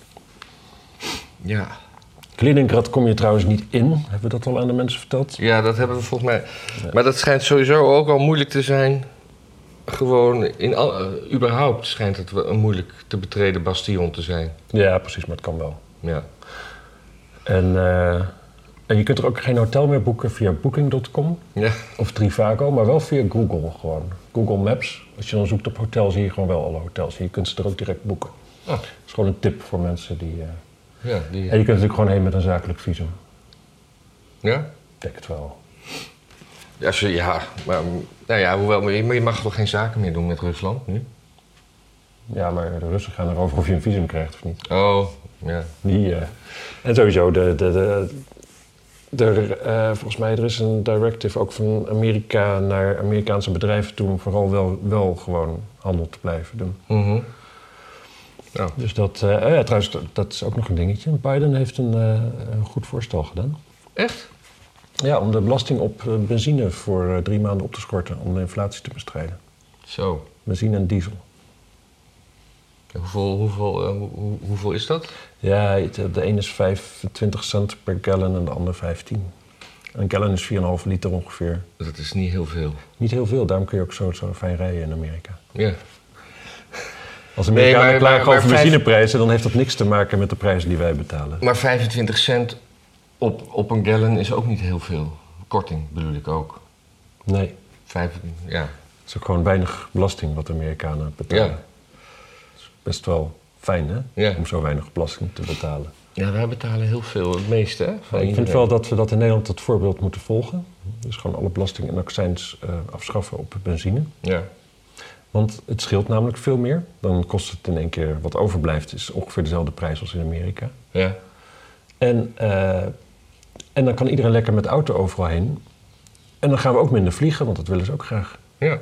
A: Ja.
B: Kaliningrad kom je trouwens niet in. Hebben we dat al aan de mensen verteld?
A: Ja, dat hebben we volgens mij. Ja. Maar dat schijnt sowieso ook al moeilijk te zijn. Gewoon, überhaupt schijnt het een moeilijk te betreden bastion te zijn.
B: Ja, precies, maar het kan wel.
A: Ja.
B: En je kunt er ook geen hotel meer boeken via booking.com of Trivago, maar wel via Google gewoon. Google Maps. Als je dan zoekt op hotel, zie je gewoon wel alle hotels. En je kunt ze er ook direct boeken. Dat is gewoon een tip voor mensen die... En je kunt natuurlijk gewoon heen met een zakelijk visum.
A: Ja?
B: Ik denk het wel.
A: Maar je mag toch geen zaken meer doen met Rusland nu?
B: Ja, maar de Russen gaan erover of je een visum krijgt of niet.
A: Oh, ja.
B: En sowieso, volgens mij er is een directive ook van Amerika naar Amerikaanse bedrijven toe om vooral wel gewoon handel te blijven doen.
A: Mm-hmm. Oh.
B: Dus trouwens, dat is ook nog een dingetje. Biden heeft een goed voorstel gedaan.
A: Echt?
B: Ja, om de belasting op benzine voor 3 maanden op te schorten om de inflatie te bestrijden.
A: Zo.
B: Benzine en diesel.
A: Hoeveel is dat?
B: Ja, de ene is 25 cent per gallon en de andere 15. Een gallon is 4,5 liter ongeveer.
A: Dat is niet heel veel.
B: Niet heel veel, daarom kun je ook zo fijn rijden in Amerika.
A: Ja.
B: Als Amerikanen klagen over benzineprijzen, dan heeft dat niks te maken met de prijzen die wij betalen.
A: Maar 25 cent op een gallon is ook niet heel veel. Korting bedoel ik ook.
B: Nee.
A: 5, ja.
B: Het is ook gewoon weinig belasting wat de Amerikanen betalen.
A: Ja.
B: Dat is best wel fijn, hè?
A: Ja.
B: Om zo weinig belasting te betalen.
A: Ja, wij betalen heel veel, het meeste, hè? Van
B: Ik vind
A: iedereen.
B: wel dat we dat in Nederland het voorbeeld moeten volgen. Dus gewoon alle belasting en accijns afschaffen op benzine.
A: Ja.
B: Want het scheelt namelijk veel meer. Dan kost het in één keer, wat overblijft, is ongeveer dezelfde prijs als in Amerika.
A: Ja.
B: En dan kan iedereen lekker met de auto overal heen. En dan gaan we ook minder vliegen, want dat willen ze ook graag.
A: Ja.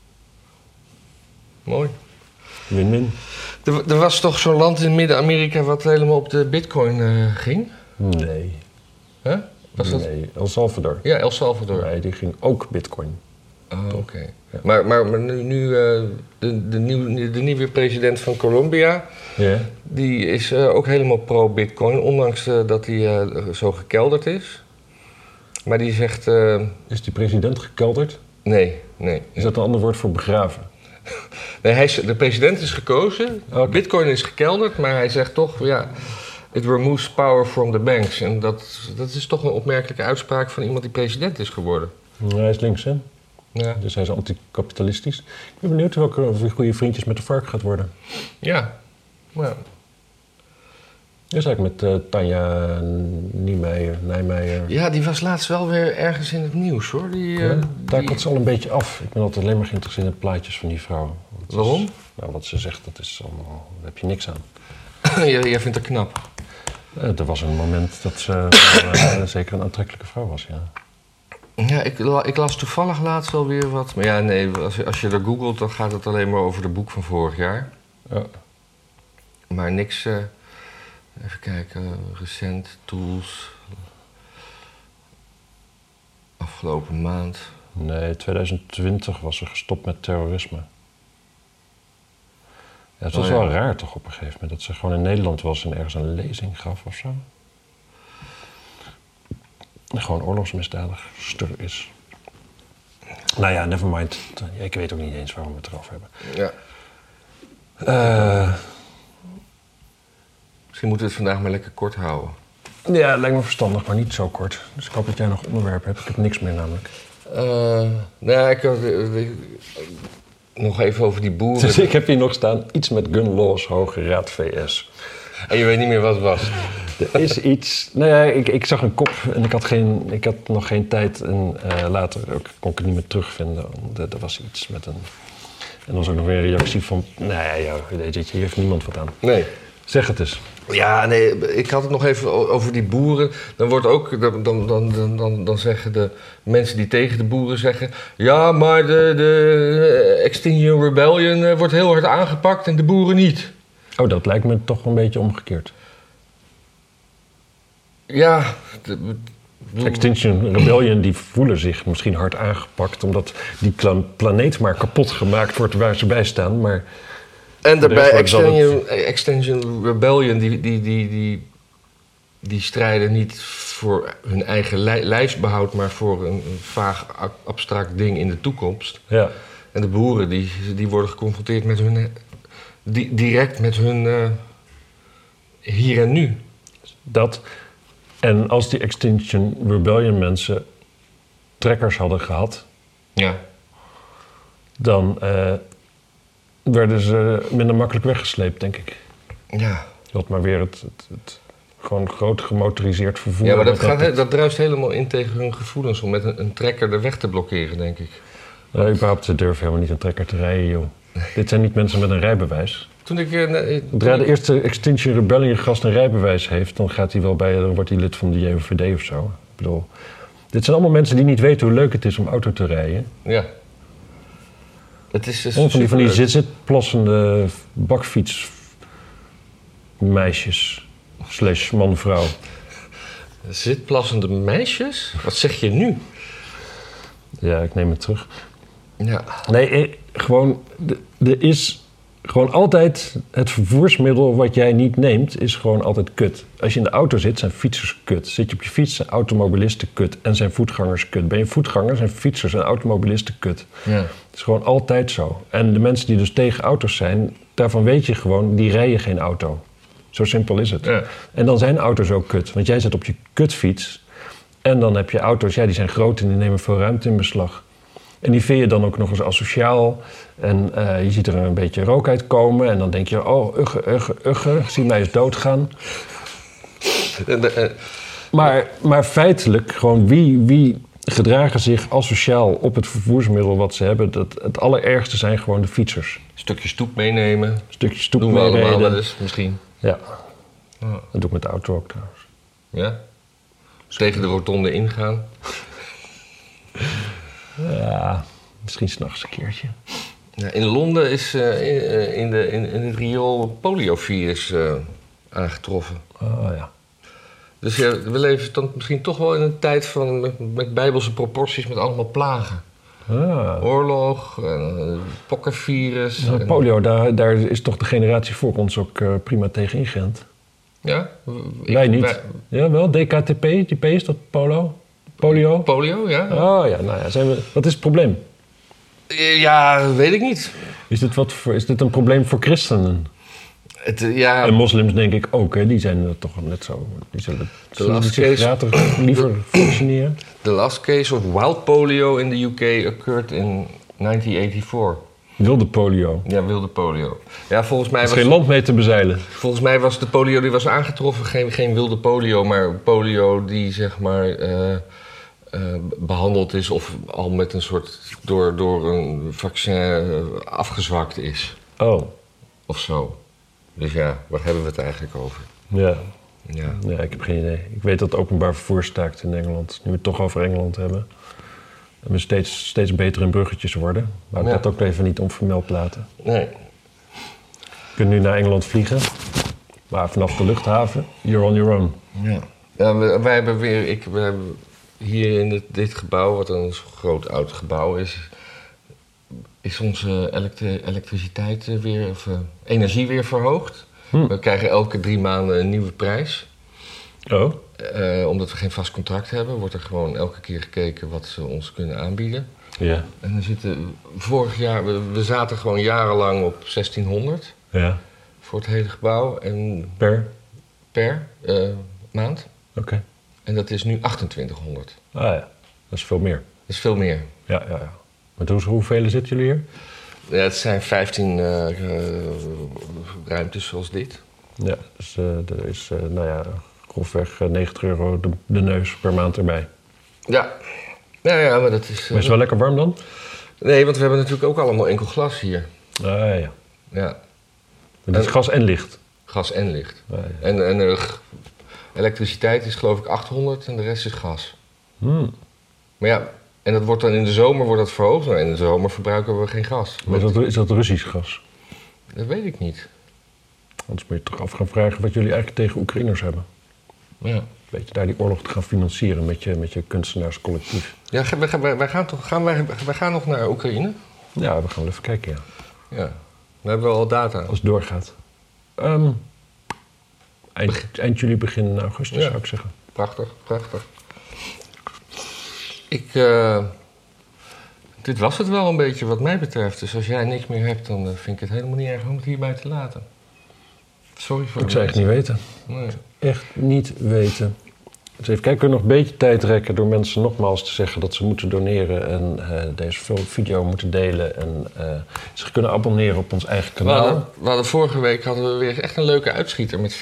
A: Mooi.
B: Win-win.
A: Er was toch zo'n land in Midden-Amerika wat helemaal op de bitcoin ging?
B: Nee.
A: Huh? Was dat?
B: Nee, El Salvador.
A: Ja, El Salvador.
B: Nee, die ging ook bitcoin.
A: Oh, oké.
B: Ja.
A: Maar nu de nieuwe president van Colombia,
B: Ja.
A: die is ook helemaal pro-bitcoin, ondanks dat hij zo gekelderd is. Maar die zegt,
B: Is die president gekelderd?
A: nee.
B: Is dat een ander woord voor begraven?
A: Nee, de president is gekozen,
B: Oké.
A: bitcoin is gekelderd, maar hij zegt toch, ja, it removes power from the banks. En dat is toch een opmerkelijke uitspraak van iemand die president is geworden.
B: Hij is links, hè?
A: Ja.
B: Dus hij is anticapitalistisch. Ik ben benieuwd of hij goede vriendjes met de vark gaat worden.
A: Ja. Nou,
B: Dat is eigenlijk met Tanja Nijmeijer.
A: ja, die was laatst wel weer ergens in het nieuws, hoor.
B: Daar komt ze al een beetje af. Ik ben altijd alleen maar geïnteresseerd in plaatjes van die vrouw.
A: Waarom?
B: Nou, wat ze zegt, dat is allemaal, daar heb je niks aan.
A: Jij vindt haar knap.
B: Er was een moment dat ze zeker een aantrekkelijke vrouw was, ja.
A: Ja, ik las toevallig laatst wel weer wat. Maar ja, nee, als je er googelt, dan gaat het alleen maar over de boek van vorig jaar.
B: Ja.
A: Maar niks, even kijken, recent, tools, afgelopen maand.
B: Nee, 2020 was ze gestopt met terrorisme. Ja, het was wel raar toch op een gegeven moment dat ze gewoon in Nederland was en ergens een lezing gaf of zo. En gewoon oorlogsmisdadigster is. Nou ja, nevermind. Ik weet ook niet eens waarom we het erover hebben.
A: Ja. Misschien moeten we het vandaag maar lekker kort houden.
B: Ja, het lijkt me verstandig, maar niet zo kort. Dus ik hoop dat jij nog onderwerp hebt. Ik heb niks meer namelijk.
A: Nou, ik had nog even over die boeren.
B: Dus ik heb hier nog staan, iets met gun laws, Hoge Raad VS.
A: En je weet niet meer wat het was.
B: Er is iets... Nou ja, ik zag een kop en ik had nog geen tijd. En later kon ik het niet meer terugvinden. Er was iets met een... En dan was ook nog weer een reactie van... Nou ja, weet je, hier heeft niemand wat aan.
A: Nee.
B: Zeg het eens.
A: Ja, nee, ik had het nog even over die boeren. Dan wordt ook, dan zeggen de mensen die tegen de boeren zeggen... Ja, maar de Extinction Rebellion wordt heel hard aangepakt en de boeren niet.
B: Oh, dat lijkt me toch een beetje omgekeerd.
A: Ja.
B: Extinction Rebellion die voelen zich misschien hard aangepakt... omdat die planeet maar kapot gemaakt wordt waar ze bij staan, maar...
A: En daarbij
B: het...
A: Extinction Rebellion, die strijden niet voor hun eigen lijfsbehoud... maar voor een vaag abstract ding in de toekomst.
B: Ja.
A: En de boeren die worden geconfronteerd met hun... direct met hun hier en nu.
B: Dat. En als die Extinction Rebellion mensen trekkers hadden gehad...
A: Ja.
B: dan werden ze minder makkelijk weggesleept, denk ik.
A: Ja.
B: Je had maar weer het gewoon groot gemotoriseerd vervoer.
A: Ja, maar dat druist helemaal in tegen hun gevoelens... om met een trekker de weg te blokkeren, denk ik.
B: Überhaupt, ze durven helemaal niet een trekker te rijden, joh. Dit zijn niet mensen met een rijbewijs. Zodra de eerste Extinction Rebellion gast een rijbewijs heeft... dan wordt hij lid van de JOVD of zo. Ik bedoel, dit zijn allemaal mensen die niet weten hoe leuk het is om auto te rijden.
A: Ja. Het is dus
B: Van die zitplassende bakfietsmeisjes. / man-vrouw.
A: Zitplassende meisjes? Wat zeg je nu?
B: Ja, ik neem het terug.
A: Ja.
B: Nee, gewoon... Er is gewoon altijd... Het vervoersmiddel wat jij niet neemt, is gewoon altijd kut. Als je in de auto zit, zijn fietsers kut. Zit je op je fiets, zijn automobilisten kut. En zijn voetgangers kut. Ben je voetganger, zijn fietsers en automobilisten kut.
A: Ja.
B: Het is gewoon altijd zo. En de mensen die dus tegen auto's zijn... daarvan weet je gewoon, die rijden geen auto. Zo simpel is het.
A: Ja.
B: En dan zijn auto's ook kut. Want jij zit op je kutfiets. En dan heb je auto's, die zijn groot en die nemen veel ruimte in beslag. En die vind je dan ook nog eens asociaal. En je ziet er een beetje rook uitkomen. En dan denk je, oh, ugge, zie mij eens doodgaan. Maar feitelijk, gewoon wie gedragen zich asociaal op het vervoersmiddel wat ze hebben. Het allerergste zijn gewoon de fietsers.
A: Stukje stoep meenemen.
B: Stukje stoep
A: Doen we allemaal
B: meerijden.
A: wel eens, misschien.
B: Ja,
A: Oh.
B: dat doe ik met de auto ook trouwens.
A: Ja? Tegen de rotonde ingaan.
B: Ja, misschien 's nachts een keertje.
A: Ja, in Londen is in het riool poliovirus aangetroffen.
B: Oh ja.
A: Dus ja, we leven dan misschien toch wel in een tijd van met bijbelse proporties met allemaal plagen.
B: Ah.
A: Oorlog, pokkenvirus.
B: Nou,
A: en-
B: polio, daar is toch de generatie voor ons ook prima tegen ingeënt.
A: Ja?
B: Wij niet. Ja, wel, DKTP, TP is dat polio?
A: Polio, ja.
B: Oh ja, nou ja, wat is het probleem?
A: Ja, weet ik niet.
B: Is dit een probleem voor christenen?
A: Ja,
B: En moslims denk ik ook, hè? Die zijn er toch net zo. Die zullen
A: last
B: zich
A: case-
B: later liever vaccineren.
A: the last case of wild polio in the UK occurred in 1984.
B: Wilde polio.
A: Ja, wilde polio. Ja, volgens mij
B: Er is
A: was,
B: geen land mee te bezeilen.
A: volgens mij was de polio die was aangetroffen geen wilde polio, maar polio die zeg maar behandeld is of al met een soort door een vaccin afgezwakt is
B: Oh,
A: of zo. Dus ja, waar hebben we het eigenlijk over?
B: ja.
A: Ja.
B: Ja, ik heb geen idee. Ik weet dat het openbaar vervoer staakt in Engeland. Nu we het toch over Engeland hebben. En we steeds beter in bruggetjes worden. Maar ik
A: Ja.
B: dat ook even niet onvermeld laten.
A: Nee.
B: Je kunt nu naar Engeland vliegen. Maar vanaf de luchthaven, you're on your own.
A: Ja. Ja, wij hebben weer, we hebben hier in dit gebouw, wat een groot oud gebouw is onze elektriciteit weer, of energie weer verhoogd. We krijgen elke 3 maanden een nieuwe prijs.
B: Oh,
A: Omdat we geen vast contract hebben, wordt er gewoon elke keer gekeken wat ze ons kunnen aanbieden.
B: ja.
A: En dan zitten vorig jaar, we zaten gewoon jarenlang op 1600
B: Ja.
A: voor het hele gebouw en per maand.
B: Oké.
A: En dat is nu 2800.
B: Ah ja, dat is veel meer.
A: Dat is veel meer.
B: Ja. Maar hoeveel zitten jullie hier?
A: Ja, het zijn 15 ruimtes zoals dit.
B: Ja, dus er is, grofweg €90 de neus per maand erbij.
A: Ja. Ja, maar dat is...
B: Maar is het wel lekker warm dan?
A: Nee, want we hebben natuurlijk ook allemaal enkel glas hier.
B: Ah ja.
A: Ja,
B: Maar dit is gas en licht.
A: gas en licht.
B: Ah, ja.
A: En elektriciteit is geloof ik 800 en de rest is gas. Maar ja, en dat wordt dan in de zomer wordt dat verhoogd. Maar in de zomer verbruiken we geen gas.
B: Maar is dat Russisch gas?
A: Dat weet ik niet.
B: Anders moet je toch af gaan vragen wat jullie eigenlijk tegen Oekraïners hebben.
A: Ja,
B: Weet je, daar die oorlog te gaan financieren met je kunstenaarscollectief.
A: ja wij gaan nog naar Oekraïne.
B: Ja, we gaan wel even kijken, ja.
A: Ja, we hebben wel al data.
B: Als het doorgaat. Eind juli, begin augustus,
A: Ja.
B: zou ik zeggen.
A: Prachtig. Dit was het wel een beetje wat mij betreft. Dus als jij niks meer hebt, dan vind ik het helemaal niet erg om het hierbij te laten. Sorry voor
B: Ik zou echt niet weten.
A: Nee.
B: Echt niet weten. Dus even kijken, kunnen we nog een beetje tijd rekken door mensen nogmaals te zeggen dat ze moeten doneren en deze video moeten delen en zich kunnen abonneren op ons eigen kanaal.
A: We hadden vorige week weer echt een leuke uitschieter met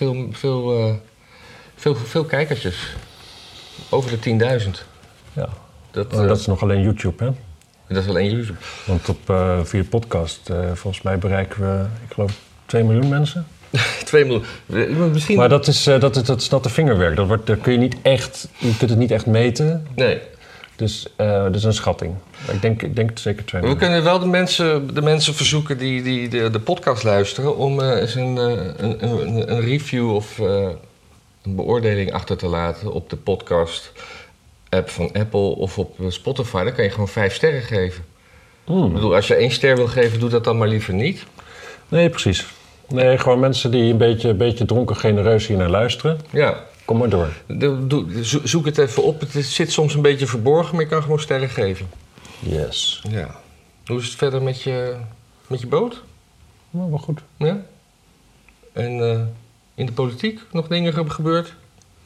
A: veel kijkertjes. Over de 10.000.
B: Ja.
A: Dat,
B: Dat is nog alleen YouTube, hè?
A: dat is alleen YouTube.
B: Want via podcast, volgens mij bereiken we, ik geloof, 2 miljoen mensen.
A: 2 miljoen. Misschien...
B: Maar dat is natte vingerwerk. Dat kun je niet echt, je kunt het niet echt meten.
A: Nee.
B: Dus dat is een schatting. Maar ik denk zeker 2
A: We
B: miljoen.
A: kunnen wel de mensen verzoeken die de podcast luisteren om eens een review of een beoordeling achter te laten op de podcast-app van Apple of op Spotify. Dan kan je gewoon 5 sterren geven. Ik bedoel, als je 1 ster wil geven, doe dat dan maar liever niet.
B: Nee, precies. Nee, gewoon mensen die een beetje dronken genereus hier naar luisteren.
A: Ja,
B: Kom maar door.
A: zoek het even op. Het zit soms een beetje verborgen, maar je kan gewoon sterren geven.
B: Yes.
A: Ja. Hoe is het verder met je boot?
B: Nou, wel goed.
A: Ja? En In de politiek nog dingen gebeurd?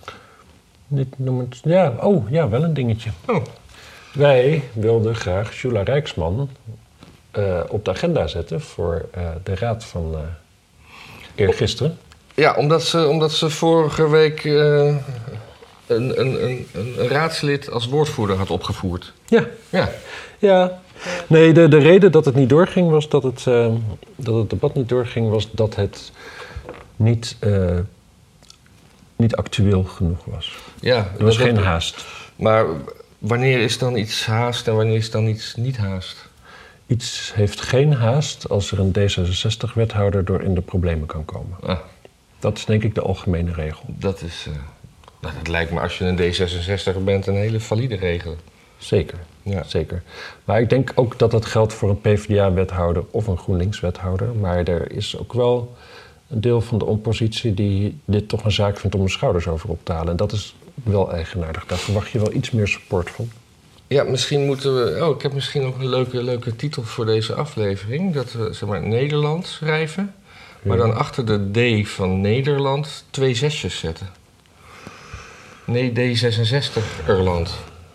B: Ja, wel een dingetje.
A: Oh.
B: Wij wilden graag Jula Rijksman op de agenda zetten voor de raad van eergisteren.
A: Ja, omdat ze vorige week een raadslid als woordvoerder had opgevoerd.
B: Ja. Nee, de reden dat het niet doorging was dat het debat niet doorging, was dat het niet actueel genoeg was.
A: Ja,
B: Er was geen haast.
A: Maar wanneer is dan iets haast en wanneer is dan iets niet haast?
B: Iets heeft geen haast als er een D66-wethouder door in de problemen kan komen.
A: Ah.
B: Dat is denk ik de algemene regel.
A: Dat lijkt me als je een D66 bent een hele valide regel.
B: Zeker,
A: Ja.
B: zeker. Maar ik denk ook dat dat geldt voor een PvdA-wethouder of een GroenLinks-wethouder. Maar er is ook wel een deel van de oppositie die dit toch een zaak vindt om de schouders over op te halen. En dat is wel eigenaardig. Daar verwacht je wel iets meer support van.
A: Ja, misschien moeten we... Oh, ik heb misschien nog een leuke titel voor deze aflevering. Dat we, zeg maar, Nederland schrijven. Maar dan achter de D van Nederland 2 zesjes zetten. Nee, D66-Erland.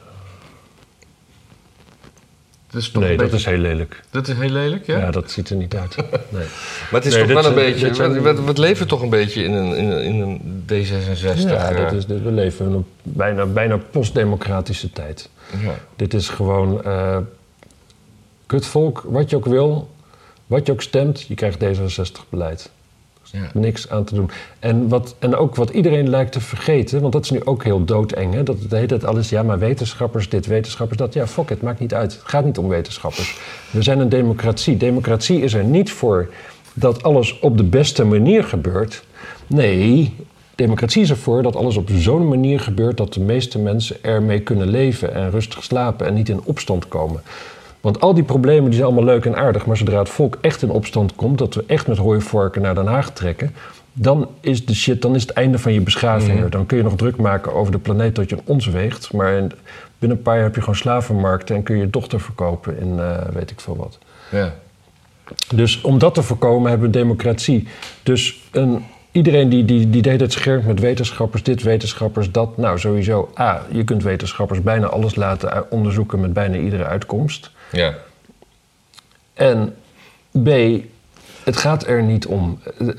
B: Dat is heel lelijk.
A: Dat is heel lelijk, ja?
B: Ja, dat ziet er niet uit. Nee.
A: Maar het is toch wel een beetje... We leven toch een beetje in een D66.
B: Ja, we leven in een bijna postdemocratische tijd.
A: Ja.
B: Dit is gewoon... kutvolk, wat je ook wil, wat je ook stemt, je krijgt D66-beleid.
A: Ja.
B: Niks aan te doen. En ook wat iedereen lijkt te vergeten, want dat is nu ook heel doodeng. Hè? Dat de hele tijd alles, ja, maar wetenschappers dit, wetenschappers dat. Ja, fuck it, maakt niet uit. Het gaat niet om wetenschappers. We zijn een democratie. Democratie is er niet voor dat alles op de beste manier gebeurt. Nee, democratie is ervoor dat alles op zo'n manier gebeurt dat de meeste mensen ermee kunnen leven en rustig slapen en niet in opstand komen. Want al die problemen die zijn allemaal leuk en aardig, maar zodra het volk echt in opstand komt, dat we echt met hooivorken naar Den Haag trekken, dan is de shit, dan is het einde van je beschaving. Mm-hmm. Dan kun je nog druk maken over de planeet tot je een ons weegt, maar binnen een paar jaar heb je gewoon slavenmarkten en kun je je dochter verkopen in weet ik veel wat.
A: Ja.
B: Dus om dat te voorkomen hebben we democratie. Dus iedereen die de hele tijd schermt met wetenschappers, dit, wetenschappers, dat. Nou, sowieso, A, je kunt wetenschappers bijna alles laten onderzoeken met bijna iedere uitkomst.
A: Ja.
B: En B, het gaat er niet om.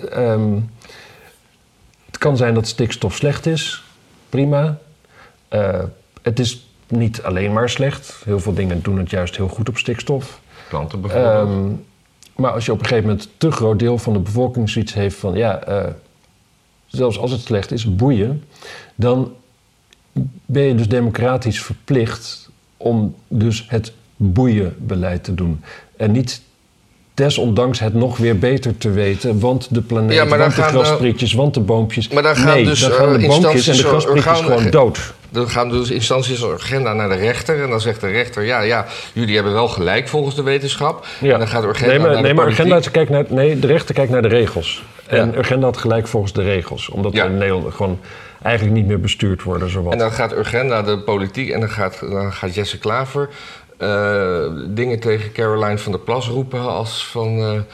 B: Het kan zijn dat stikstof slecht is. Prima. Het is niet alleen maar slecht. Heel veel dingen doen het juist heel goed op stikstof.
A: Planten bijvoorbeeld.
B: Maar als je op een gegeven moment een te groot deel van de bevolking zoiets heeft van... zelfs als het slecht is, boeien... dan ben je dus democratisch verplicht om dus het boeienbeleid te doen. En niet desondanks het nog weer beter te weten... want de planeet, want de grasprietjes, want de boompjes...
A: Maar dan gaan dan
B: gaan de boompjes en de grasprietjes gewoon dood.
A: Dan gaan dus instanties als agenda naar de rechter... en dan zegt de rechter, ja, jullie hebben wel gelijk volgens de wetenschap.
B: Ja.
A: En dan gaat de agenda naar de politiek.
B: De rechter kijkt naar de regels. En Urgenda had gelijk volgens de regels. Omdat we in Nederland gewoon eigenlijk niet meer bestuurd worden. Zowat.
A: En dan gaat Urgenda de politiek en dan gaat Jesse Klaver... dingen tegen Caroline van der Plas roepen als van...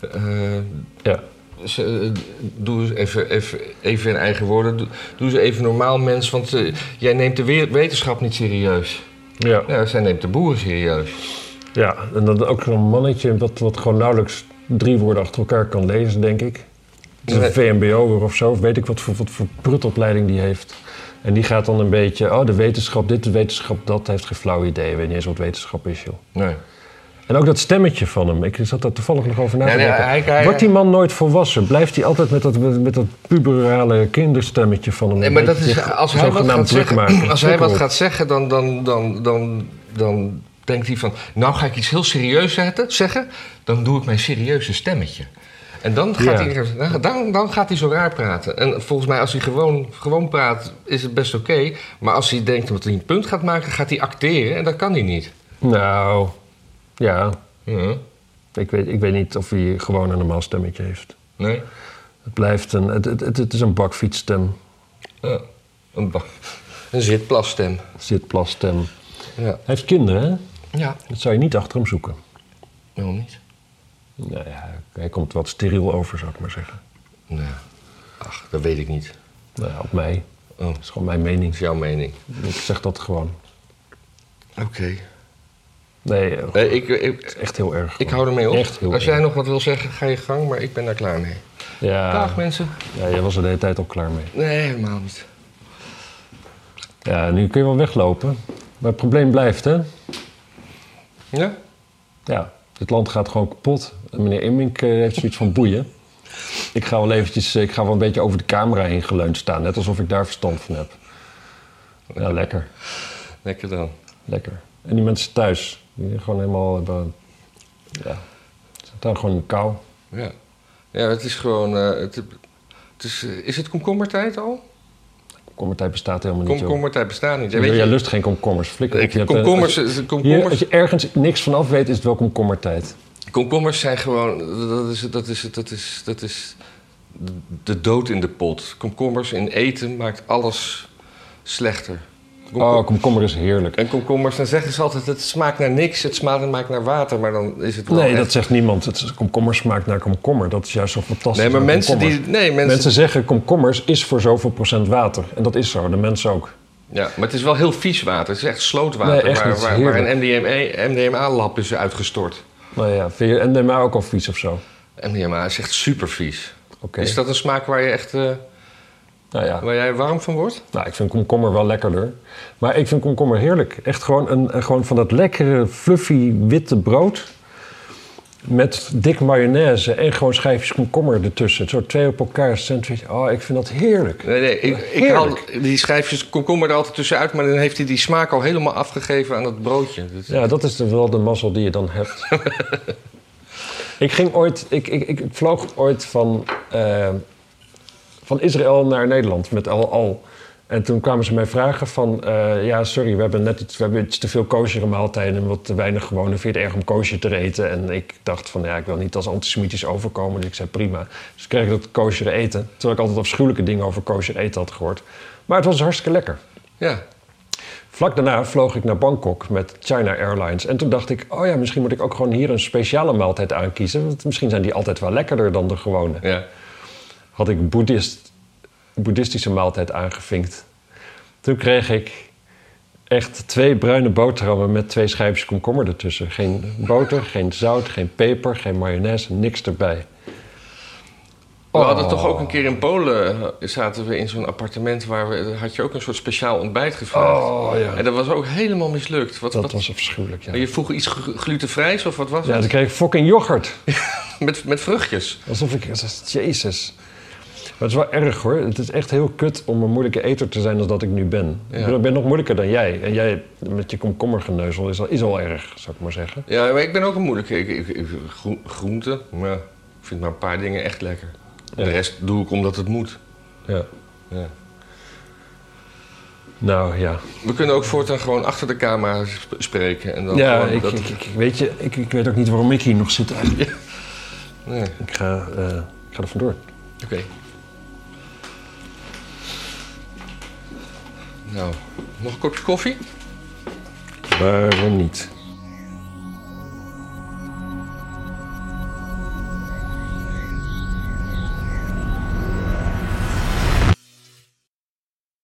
A: Doe eens even in eigen woorden. Doe eens even normaal, mens. Want jij neemt de wetenschap niet serieus. Ja, zij neemt de boeren serieus.
B: Ja, en dan ook zo'n mannetje wat gewoon nauwelijks 3 woorden achter elkaar kan lezen, denk ik. Het is een VMBO'er of zo. Of weet ik wat voor prutopleiding die heeft. En die gaat dan een beetje... de wetenschap dit, de wetenschap dat. Heeft geen flauw idee. Ik weet niet eens wat wetenschap is, joh.
A: Nee.
B: En ook dat stemmetje van hem. Ik zat daar toevallig nog over na te denken. Wordt die
A: man
B: nooit volwassen? Blijft hij altijd met dat puberale kinderstemmetje van hem?
A: Nee, maar dat is, als hij wat gaat zeggen, dan denkt hij van... Nou ga ik iets heel serieus zeggen, dan doe ik mijn serieuze stemmetje. En dan gaat hij zo raar praten. En volgens mij, als hij gewoon praat, is het best oké. Maar als hij denkt dat hij een punt gaat maken, gaat hij acteren. En dat kan hij niet.
B: Nou... Ja. Ik weet niet of hij gewoon een normaal stemmetje heeft.
A: Nee?
B: Het blijft het is een bakfietsstem.
A: Ja, een zitplasstem.
B: Zitplasstem.
A: Ja.
B: Hij heeft kinderen, hè?
A: Ja.
B: Dat zou je niet achter hem zoeken.
A: Waarom niet?
B: Nou ja, hij komt wat steriel over, zou ik maar zeggen.
A: Ja. Ach, dat weet ik niet.
B: Nou ja, op mij.
A: Oh,
B: Dat is gewoon mijn mening.
A: dat is jouw mening.
B: Ik zeg dat gewoon.
A: Oké.
B: Nee,
A: Ik
B: het is echt heel erg.
A: ik hou ermee op.
B: Echt heel
A: Als
B: erg.
A: jij nog wat wil zeggen, ga je gang, maar ik ben daar klaar mee.
B: Ja,
A: Dag mensen.
B: ja, jij was er de hele tijd al klaar mee.
A: Nee, helemaal niet.
B: Ja, nu kun je wel weglopen. Maar het probleem blijft, hè?
A: Ja?
B: Ja, dit land gaat gewoon kapot. En meneer Immink heeft zoiets van boeien. Ik ga wel een beetje over de camera heen geleund staan. Net alsof ik daar verstand van heb. Ja, lekker.
A: Lekker dan.
B: Lekker. En die mensen thuis, die gewoon helemaal hebben... Ja, ze staan gewoon in de kou.
A: Ja. Ja, het is gewoon... is het komkommertijd al?
B: Komkommertijd bestaat helemaal niet, joh.
A: Komkommertijd bestaat niet.
B: Jij lust geen komkommers. Flikker op. Je hebt,
A: Komkommers...
B: als je ergens niks van af weet, is het wel komkommertijd.
A: Komkommers zijn gewoon... Dat is de dood in de pot. Komkommers in eten maakt alles slechter.
B: Komkommer is heerlijk.
A: En komkommers, dan zeggen ze altijd... het smaakt naar niks, het smaakt naar water. Maar dan is het wel
B: Nee,
A: echt...
B: dat zegt niemand. Komkommer smaakt naar komkommer. Dat is juist zo fantastisch.
A: Nee, maar
B: aan
A: mensen
B: komkommers.
A: die... Nee,
B: Mensen zeggen komkommers is voor zoveel procent water. En dat is zo, de mensen ook.
A: Ja, maar het is wel heel vies water. Het is echt slootwater
B: Nee, echt niet.
A: waar een MDMA-lab is uitgestort.
B: Nou ja, vind je NDMA ook al vies of zo?
A: MDMA is echt super vies.
B: Oké.
A: Is dat een smaak waar je echt...
B: Nou ja,
A: waar jij warm van wordt?
B: nou, ik vind komkommer wel lekkerder. Maar ik vind komkommer heerlijk. Echt gewoon, gewoon van dat lekkere, fluffy, witte brood. Met dik mayonaise en gewoon schijfjes komkommer ertussen. Zo 2 op elkaar sandwich. Oh, ik vind dat heerlijk.
A: Nee, ik haal die schijfjes komkommer er altijd tussenuit... maar dan heeft hij die smaak al helemaal afgegeven aan dat broodje. Dus...
B: Ja, dat is wel de mazzel die je dan hebt. Ik vloog ooit van Israël naar Nederland met Al. En toen kwamen ze mij vragen van... ja, sorry, we hebben iets te veel koosjere maaltijden... en wat te weinig gewone. Vind je het erg om koosje te eten? En ik dacht van, ja, ik wil niet als antisemitisch overkomen. Dus ik zei, prima. Dus kreeg ik dat koosjere eten. Terwijl ik altijd afschuwelijke dingen over koosjer eten had gehoord. Maar het was hartstikke lekker.
A: Ja.
B: Vlak daarna vloog ik naar Bangkok met China Airlines. En toen dacht ik, oh ja, misschien moet ik ook gewoon hier een speciale maaltijd aankiezen. Want misschien zijn die altijd wel lekkerder dan de gewone.
A: Ja.
B: Had ik boeddhistische maaltijd aangevinkt. Toen kreeg ik echt 2 bruine boterhammen met 2 schijfjes komkommer ertussen. Geen boter, geen zout, geen peper, geen mayonaise, niks erbij.
A: We hadden toch ook een keer in Polen... zaten we in zo'n appartement... had je ook een soort speciaal ontbijt gevraagd.
B: Oh ja.
A: En dat was ook helemaal mislukt.
B: Dat was afschuwelijk, ja.
A: Je vroeg iets glutenvrijs of wat was
B: Ja,
A: het?
B: toen kreeg ik fucking yoghurt.
A: Met vruchtjes.
B: Alsof ik... Jezus. Maar het is wel erg, hoor. Het is echt heel kut om een moeilijke eter te zijn als dat ik nu ben.
A: Ja.
B: Ik ben nog moeilijker dan jij. En jij met je komkommergeneuzel is al erg, zou ik maar zeggen.
A: Ja, maar ik ben ook een moeilijke. Groente, maar ik vind maar een paar dingen echt lekker.
B: Ja.
A: De rest doe ik omdat het moet.
B: Ja.
A: Ja.
B: Nou, ja.
A: We kunnen ook voortaan gewoon achter de camera spreken. En dan
B: Ja,
A: gewoon
B: weet je, ik weet ook niet waarom ik hier nog zit eigenlijk.
A: Ja. Nee.
B: Ik ga er vandoor.
A: Oké. Nou, nog een kopje koffie?
B: Waarom niet?